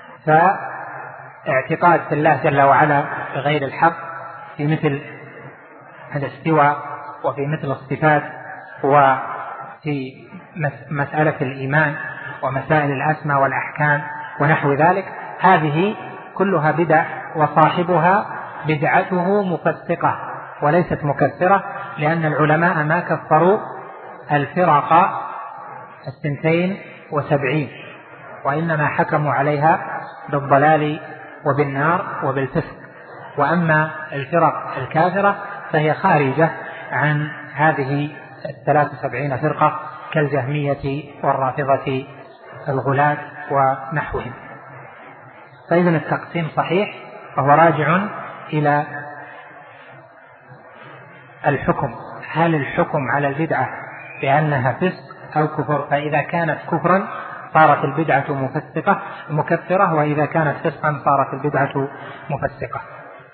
فاعتقاد في الله جل وعلا بغير الحق في مثل الاستواء وفي مثل الصفات وفي مسألة الإيمان ومسائل الأسماء والأحكام ونحو ذلك، هذه كلها بدع وصاحبها بدعته مفسقة وليست مكفرة، لأن العلماء ما كفروا الفرق الثنتين وسبعين، وإنما حكموا عليها بالضلال وبالنار وبالفسق. وأما الفرق الكافرة فهي خارجة عن هذه الثلاث وسبعين فرقة كالجهمية والرافضة الغلاة ونحوهم. فإذا التقسيم صحيح وهو راجع إلى الحكم، هل الحكم على البدعة بأنها فسق أو كفر؟ فإذا كانت كفرا صارت البدعة مفسقة مكفرة، وإذا كانت فسقا صارت البدعة مفسقة.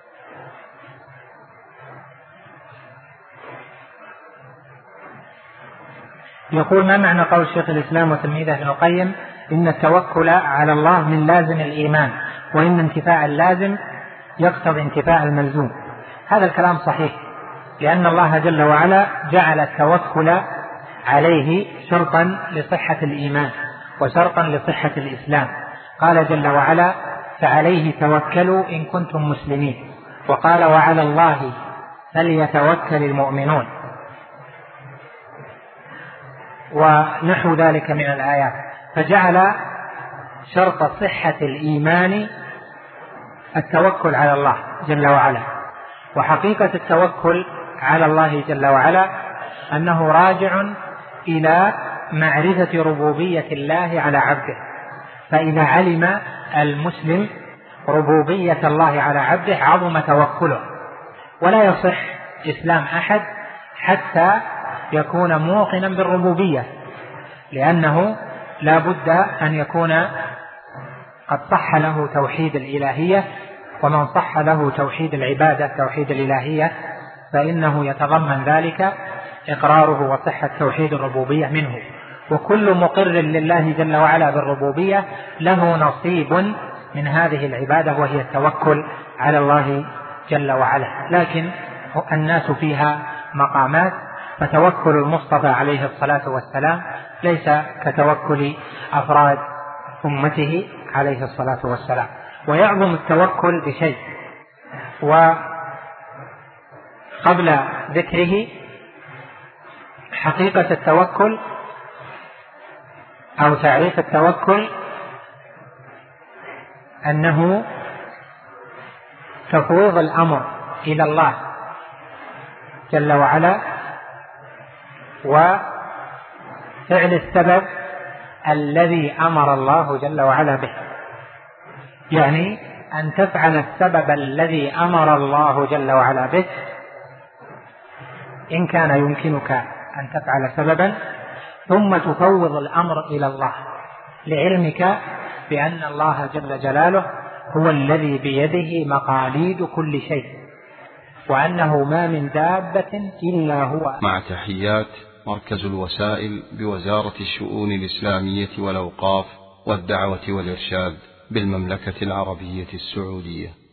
يقول: ما معنى قول شيخ الإسلام وتلميذه ابن القيم إن التوكل على الله من لازم الإيمان، وإن انتفاء اللازم يقتضي انتفاء الملزوم؟ هذا الكلام صحيح، لأن الله جل وعلا جعل التوكل عليه شرطا لصحة الإيمان وشرطا لصحة الإسلام. قال جل وعلا: فعليه توكلوا إن كنتم مسلمين، وقال: وعلى الله فليتوكل المؤمنون، ونحو ذلك من الآيات. فجعل شرط صحة الإيمان التوكل على الله جل وعلا. وحقيقة التوكل على الله جل وعلا أنه راجع إلى معرفة ربوبية الله على عبده، فإذا علم المسلم ربوبية الله على عبده عظم توكله. ولا يصح إسلام أحد حتى يكون موقنا بالربوبية، لأنه لا بد أن يكون قد صح له توحيد الإلهية، ومن صح له توحيد العبادة توحيد الإلهية فإنه يتضمن ذلك إقراره وصحة توحيد الربوبية منه. وكل مقر لله جل وعلا بالربوبية له نصيب من هذه العبادة، وهي التوكل على الله جل وعلا. لكن الناس فيها مقامات، فتوكل المصطفى عليه الصلاة والسلام ليس كتوكل أفراد أمته عليه الصلاة والسلام. ويعظم التوكل بشيء، وقبل ذكره حقيقة التوكل أو تعريف التوكل أنه تفويض الأمر إلى الله جل وعلا وفعل السبب الذي أمر الله جل وعلا به، يعني أن تفعل السبب الذي أمر الله جل وعلا به إن كان يمكنك أن تفعل سببا، ثم تفوض الأمر إلى الله لعلمك بأن الله جل جلاله هو الذي بيده مقاليد كل شيء، وأنه ما من دابة إلا هو. مع تحيات مركز الوسائل بوزارة الشؤون الإسلامية والأوقاف والدعوة والإرشاد بالمملكة العربية السعودية.